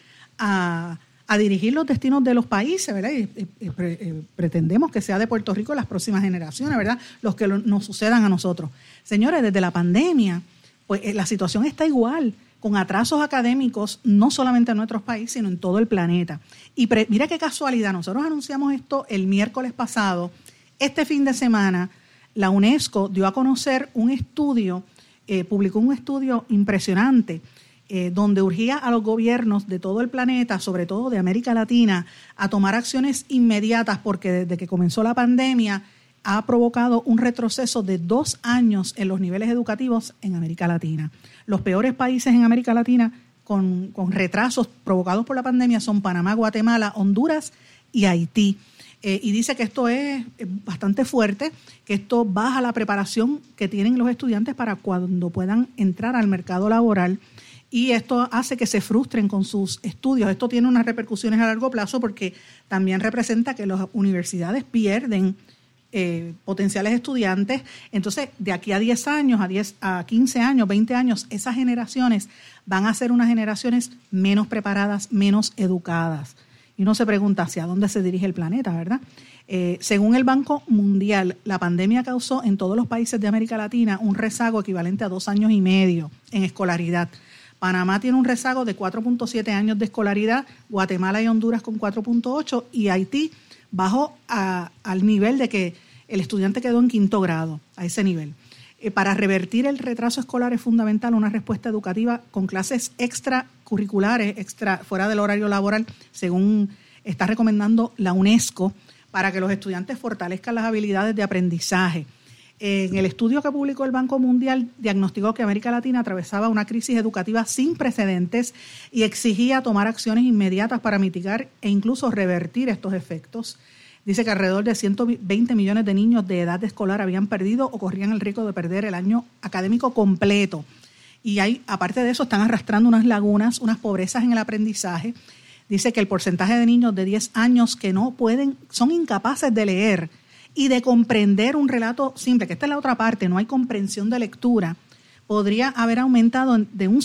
a dirigir los destinos de los países, ¿verdad? Y pretendemos que sea de Puerto Rico las próximas generaciones, ¿verdad? Los que nos sucedan a nosotros. Señores, desde la pandemia, pues la situación está igual, con atrasos académicos, no solamente en nuestros países, sino en todo el planeta. Y mira qué casualidad, nosotros anunciamos esto el miércoles pasado. Este fin de semana, la UNESCO dio a conocer un estudio, publicó un estudio impresionante, donde urgía a los gobiernos de todo el planeta, sobre todo de América Latina, a tomar acciones inmediatas, porque desde que comenzó la pandemia ha provocado un retroceso de 2 años en los niveles educativos en América Latina. Los peores países en América Latina con retrasos provocados por la pandemia son Panamá, Guatemala, Honduras y Haití. Y dice que esto es bastante fuerte, que esto baja la preparación que tienen los estudiantes para cuando puedan entrar al mercado laboral. Y esto hace que se frustren con sus estudios. Esto tiene unas repercusiones a largo plazo porque también representa que las universidades pierden potenciales estudiantes. Entonces, de aquí a 10 años, a 15 años, 20 años, esas generaciones van a ser unas generaciones menos preparadas, menos educadas. Y uno se pregunta hacia dónde se dirige el planeta, ¿verdad? Según el Banco Mundial, la pandemia causó en todos los países de América Latina un rezago equivalente a 2 años y medio en escolaridad. Panamá tiene un rezago de 4.7 años de escolaridad, Guatemala y Honduras con 4.8 y Haití bajó al nivel de que el estudiante quedó en 5º grado, a ese nivel. Para revertir el retraso escolar es fundamental una respuesta educativa con clases extracurriculares, fuera del horario laboral, según está recomendando la UNESCO, para que los estudiantes fortalezcan las habilidades de aprendizaje. En el estudio que publicó el Banco Mundial, diagnosticó que América Latina atravesaba una crisis educativa sin precedentes y exigía tomar acciones inmediatas para mitigar e incluso revertir estos efectos. Dice que alrededor de 120 millones de niños de edad escolar habían perdido o corrían el riesgo de perder el año académico completo. Y aparte de eso, están arrastrando unas lagunas, unas pobrezas en el aprendizaje. Dice que el porcentaje de niños de 10 años que son incapaces de leer y de comprender un relato simple, que esta es la otra parte, no hay comprensión de lectura, podría haber aumentado de un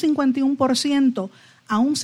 51% a un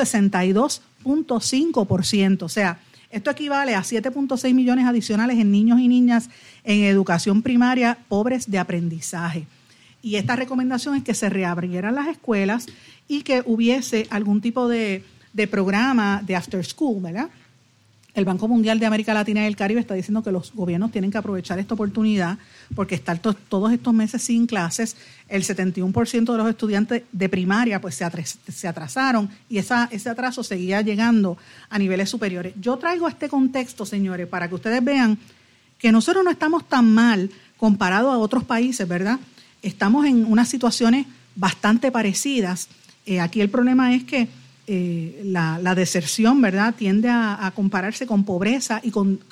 62.5%. O sea, esto equivale a 7.6 millones adicionales en niños y niñas en educación primaria pobres de aprendizaje. Y esta recomendación es que se reabrieran las escuelas y que hubiese algún tipo de programa de after school, ¿verdad? El Banco Mundial de América Latina y el Caribe está diciendo que los gobiernos tienen que aprovechar esta oportunidad porque estar todos estos meses sin clases, el 71% de los estudiantes de primaria pues se atrasaron y ese atraso seguía llegando a niveles superiores. Yo traigo este contexto, señores, para que ustedes vean que nosotros no estamos tan mal comparado a otros países, ¿verdad? Estamos en unas situaciones bastante parecidas. Aquí el problema es que la deserción, ¿verdad?, tiende a compararse con pobreza y con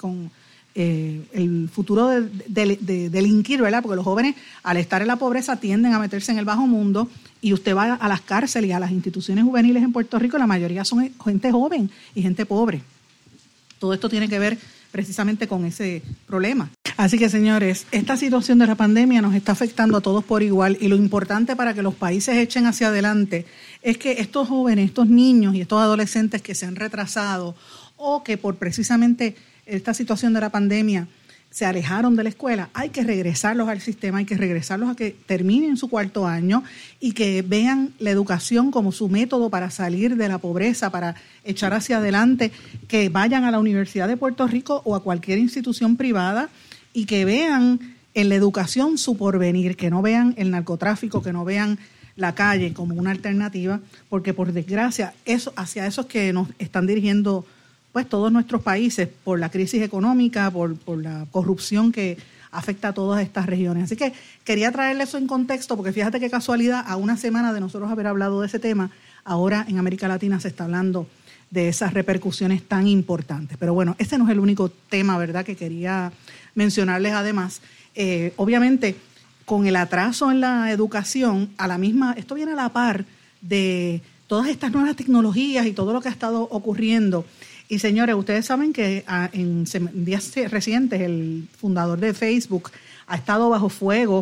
el futuro de delinquir, ¿verdad? Porque los jóvenes, al estar en la pobreza, tienden a meterse en el bajo mundo y usted va a las cárceles y a las instituciones juveniles en Puerto Rico, la mayoría son gente joven y gente pobre. Todo esto tiene que ver precisamente con ese problema. Así que, señores, esta situación de la pandemia nos está afectando a todos por igual y lo importante para que los países echen hacia adelante es que estos jóvenes, estos niños y estos adolescentes que se han retrasado o que por precisamente esta situación de la pandemia se alejaron de la escuela, hay que regresarlos al sistema, hay que regresarlos a que terminen su 4º año y que vean la educación como su método para salir de la pobreza, para echar hacia adelante, que vayan a la Universidad de Puerto Rico o a cualquier institución privada y que vean en la educación su porvenir, que no vean el narcotráfico, que no vean la calle como una alternativa, porque por desgracia hacia eso es que nos están dirigiendo pues todos nuestros países por la crisis económica, por la corrupción que afecta a todas estas regiones. Así que quería traerle eso en contexto, porque fíjate qué casualidad, a una semana de nosotros haber hablado de ese tema, ahora en América Latina se está hablando de esas repercusiones tan importantes. Pero bueno, ese no es el único tema, ¿verdad?, que quería mencionarles además. Obviamente, con el atraso en la educación, esto viene a la par de todas estas nuevas tecnologías y todo lo que ha estado ocurriendo. Y señores, ustedes saben que en días recientes el fundador de Facebook ha estado bajo fuego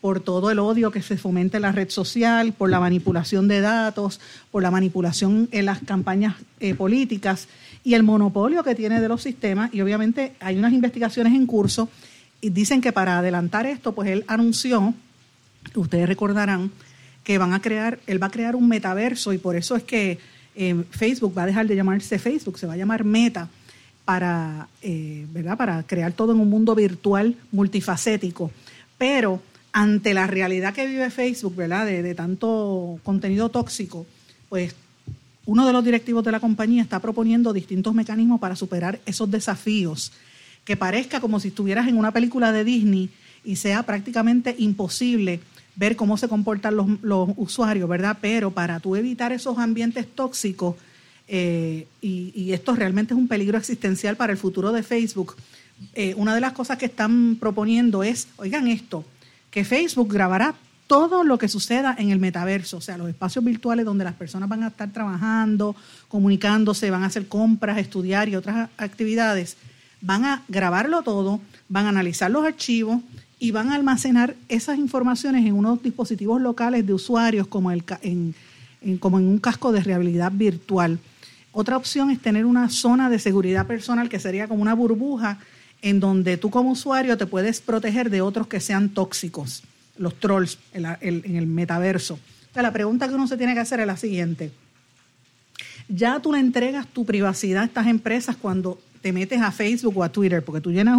por todo el odio que se fomenta en la red social, por la manipulación de datos, por la manipulación en las campañas políticas y el monopolio que tiene de los sistemas. Y obviamente hay unas investigaciones en curso y dicen que para adelantar esto, pues él anunció, ustedes recordarán, que él va a crear un metaverso, y por eso es que Facebook va a dejar de llamarse Facebook, se va a llamar Meta, para crear todo en un mundo virtual multifacético. Pero ante la realidad que vive Facebook, ¿verdad?, de tanto contenido tóxico, pues uno de los directivos de la compañía está proponiendo distintos mecanismos para superar esos desafíos, que parezca como si estuvieras en una película de Disney y sea prácticamente imposible ver cómo se comportan los usuarios, ¿verdad? Pero para tú evitar esos ambientes tóxicos, y esto realmente es un peligro existencial para el futuro de Facebook, una de las cosas que están proponiendo es, oigan esto, que Facebook grabará todo lo que suceda en el metaverso, o sea, los espacios virtuales donde las personas van a estar trabajando, comunicándose, van a hacer compras, estudiar y otras actividades, van a grabarlo todo, van a analizar los archivos y van a almacenar esas informaciones en unos dispositivos locales de usuarios como en un casco de realidad virtual. Otra opción es tener una zona de seguridad personal que sería como una burbuja en donde tú como usuario te puedes proteger de otros que sean tóxicos, los trolls en el metaverso. O sea, la pregunta que uno se tiene que hacer es la siguiente. Ya tú le entregas tu privacidad a estas empresas cuando te metes a Facebook o a Twitter, porque tú llenas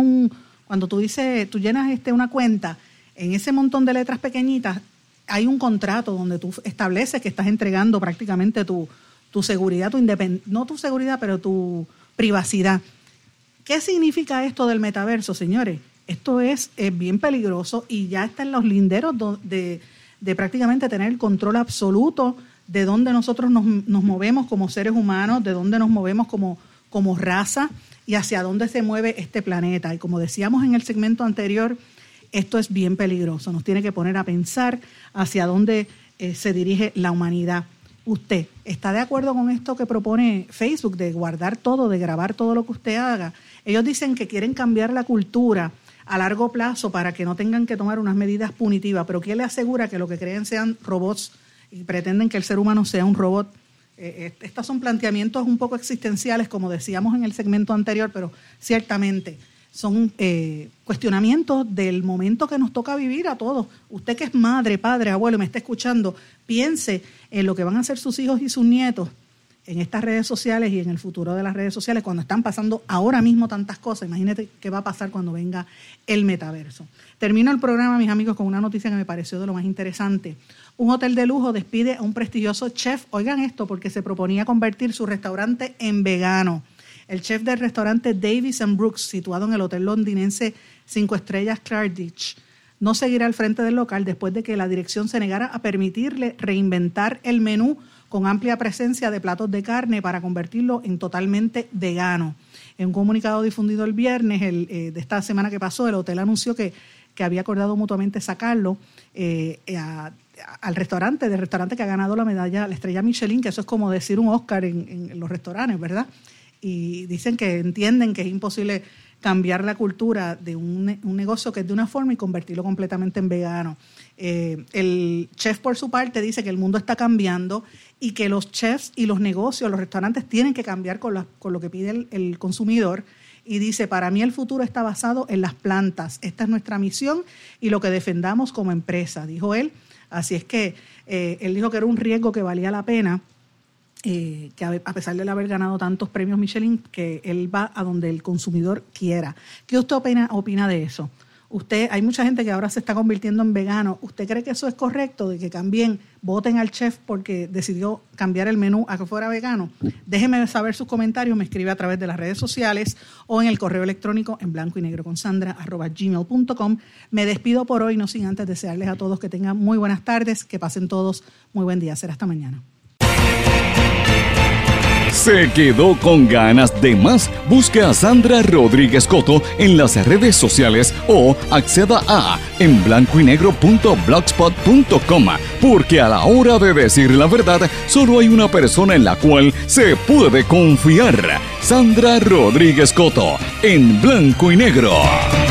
una cuenta, en ese montón de letras pequeñitas hay un contrato donde tú estableces que estás entregando prácticamente tu seguridad, no tu seguridad, pero tu privacidad. ¿Qué significa esto del metaverso, señores? Esto es bien peligroso y ya está en los linderos de prácticamente tener el control absoluto de dónde nosotros nos movemos como seres humanos, de dónde nos movemos como raza y hacia dónde se mueve este planeta. Y como decíamos en el segmento anterior, esto es bien peligroso. Nos tiene que poner a pensar hacia dónde se dirige la humanidad. ¿Usted está de acuerdo con esto que propone Facebook de guardar todo, de grabar todo lo que usted haga? Ellos dicen que quieren cambiar la cultura a largo plazo para que no tengan que tomar unas medidas punitivas, pero ¿quién le asegura que lo que creen sean robots y pretenden que el ser humano sea un robot? Estos son planteamientos un poco existenciales, como decíamos en el segmento anterior, pero ciertamente son cuestionamientos del momento que nos toca vivir a todos. Usted que es madre, padre, abuelo, me está escuchando, piense en lo que van a hacer sus hijos y sus nietos en estas redes sociales y en el futuro de las redes sociales, cuando están pasando ahora mismo tantas cosas. Imagínate qué va a pasar cuando venga el metaverso. Termino el programa, mis amigos, con una noticia que me pareció de lo más interesante. Un hotel de lujo despide a un prestigioso chef. Oigan esto, porque se proponía convertir su restaurante en vegano. El chef del restaurante Davis & Brooks, situado en el hotel londinense 5 estrellas Claridge, no seguirá al frente del local después de que la dirección se negara a permitirle reinventar el menú con amplia presencia de platos de carne para convertirlo en totalmente vegano. En un comunicado difundido el viernes de esta semana que pasó, el hotel anunció que había acordado mutuamente sacarlo al restaurante que ha ganado la medalla, la estrella Michelin, que eso es como decir un Oscar en los restaurantes, ¿verdad? Y dicen que entienden que es imposible cambiar la cultura de un negocio que es de una forma y convertirlo completamente en vegano. El chef, por su parte, dice que el mundo está cambiando y que los chefs y los negocios, los restaurantes, tienen que cambiar con lo que pide el consumidor. Y dice, para mí el futuro está basado en las plantas. Esta es nuestra misión y lo que defendamos como empresa, dijo él. Así es que él dijo que era un riesgo que valía la pena, que a pesar de haber ganado tantos premios Michelin, que él va a donde el consumidor quiera. ¿Qué usted opina de eso? Hay mucha gente que ahora se está convirtiendo en vegano. ¿Usted cree que eso es correcto, de que cambien, voten al chef porque decidió cambiar el menú a que fuera vegano? Déjeme saber sus comentarios, me escribe a través de las redes sociales o en el correo electrónico en blancoynegro@gmail.com. Me despido por hoy, no sin antes desearles a todos que tengan muy buenas tardes, que pasen todos muy buen día. Será hasta mañana. ¿Se quedó con ganas de más? Busque a Sandra Rodríguez Coto en las redes sociales o acceda a enblancoynegro.blogspot.com, porque a la hora de decir la verdad, solo hay una persona en la cual se puede confiar. Sandra Rodríguez Coto, en Blanco y Negro.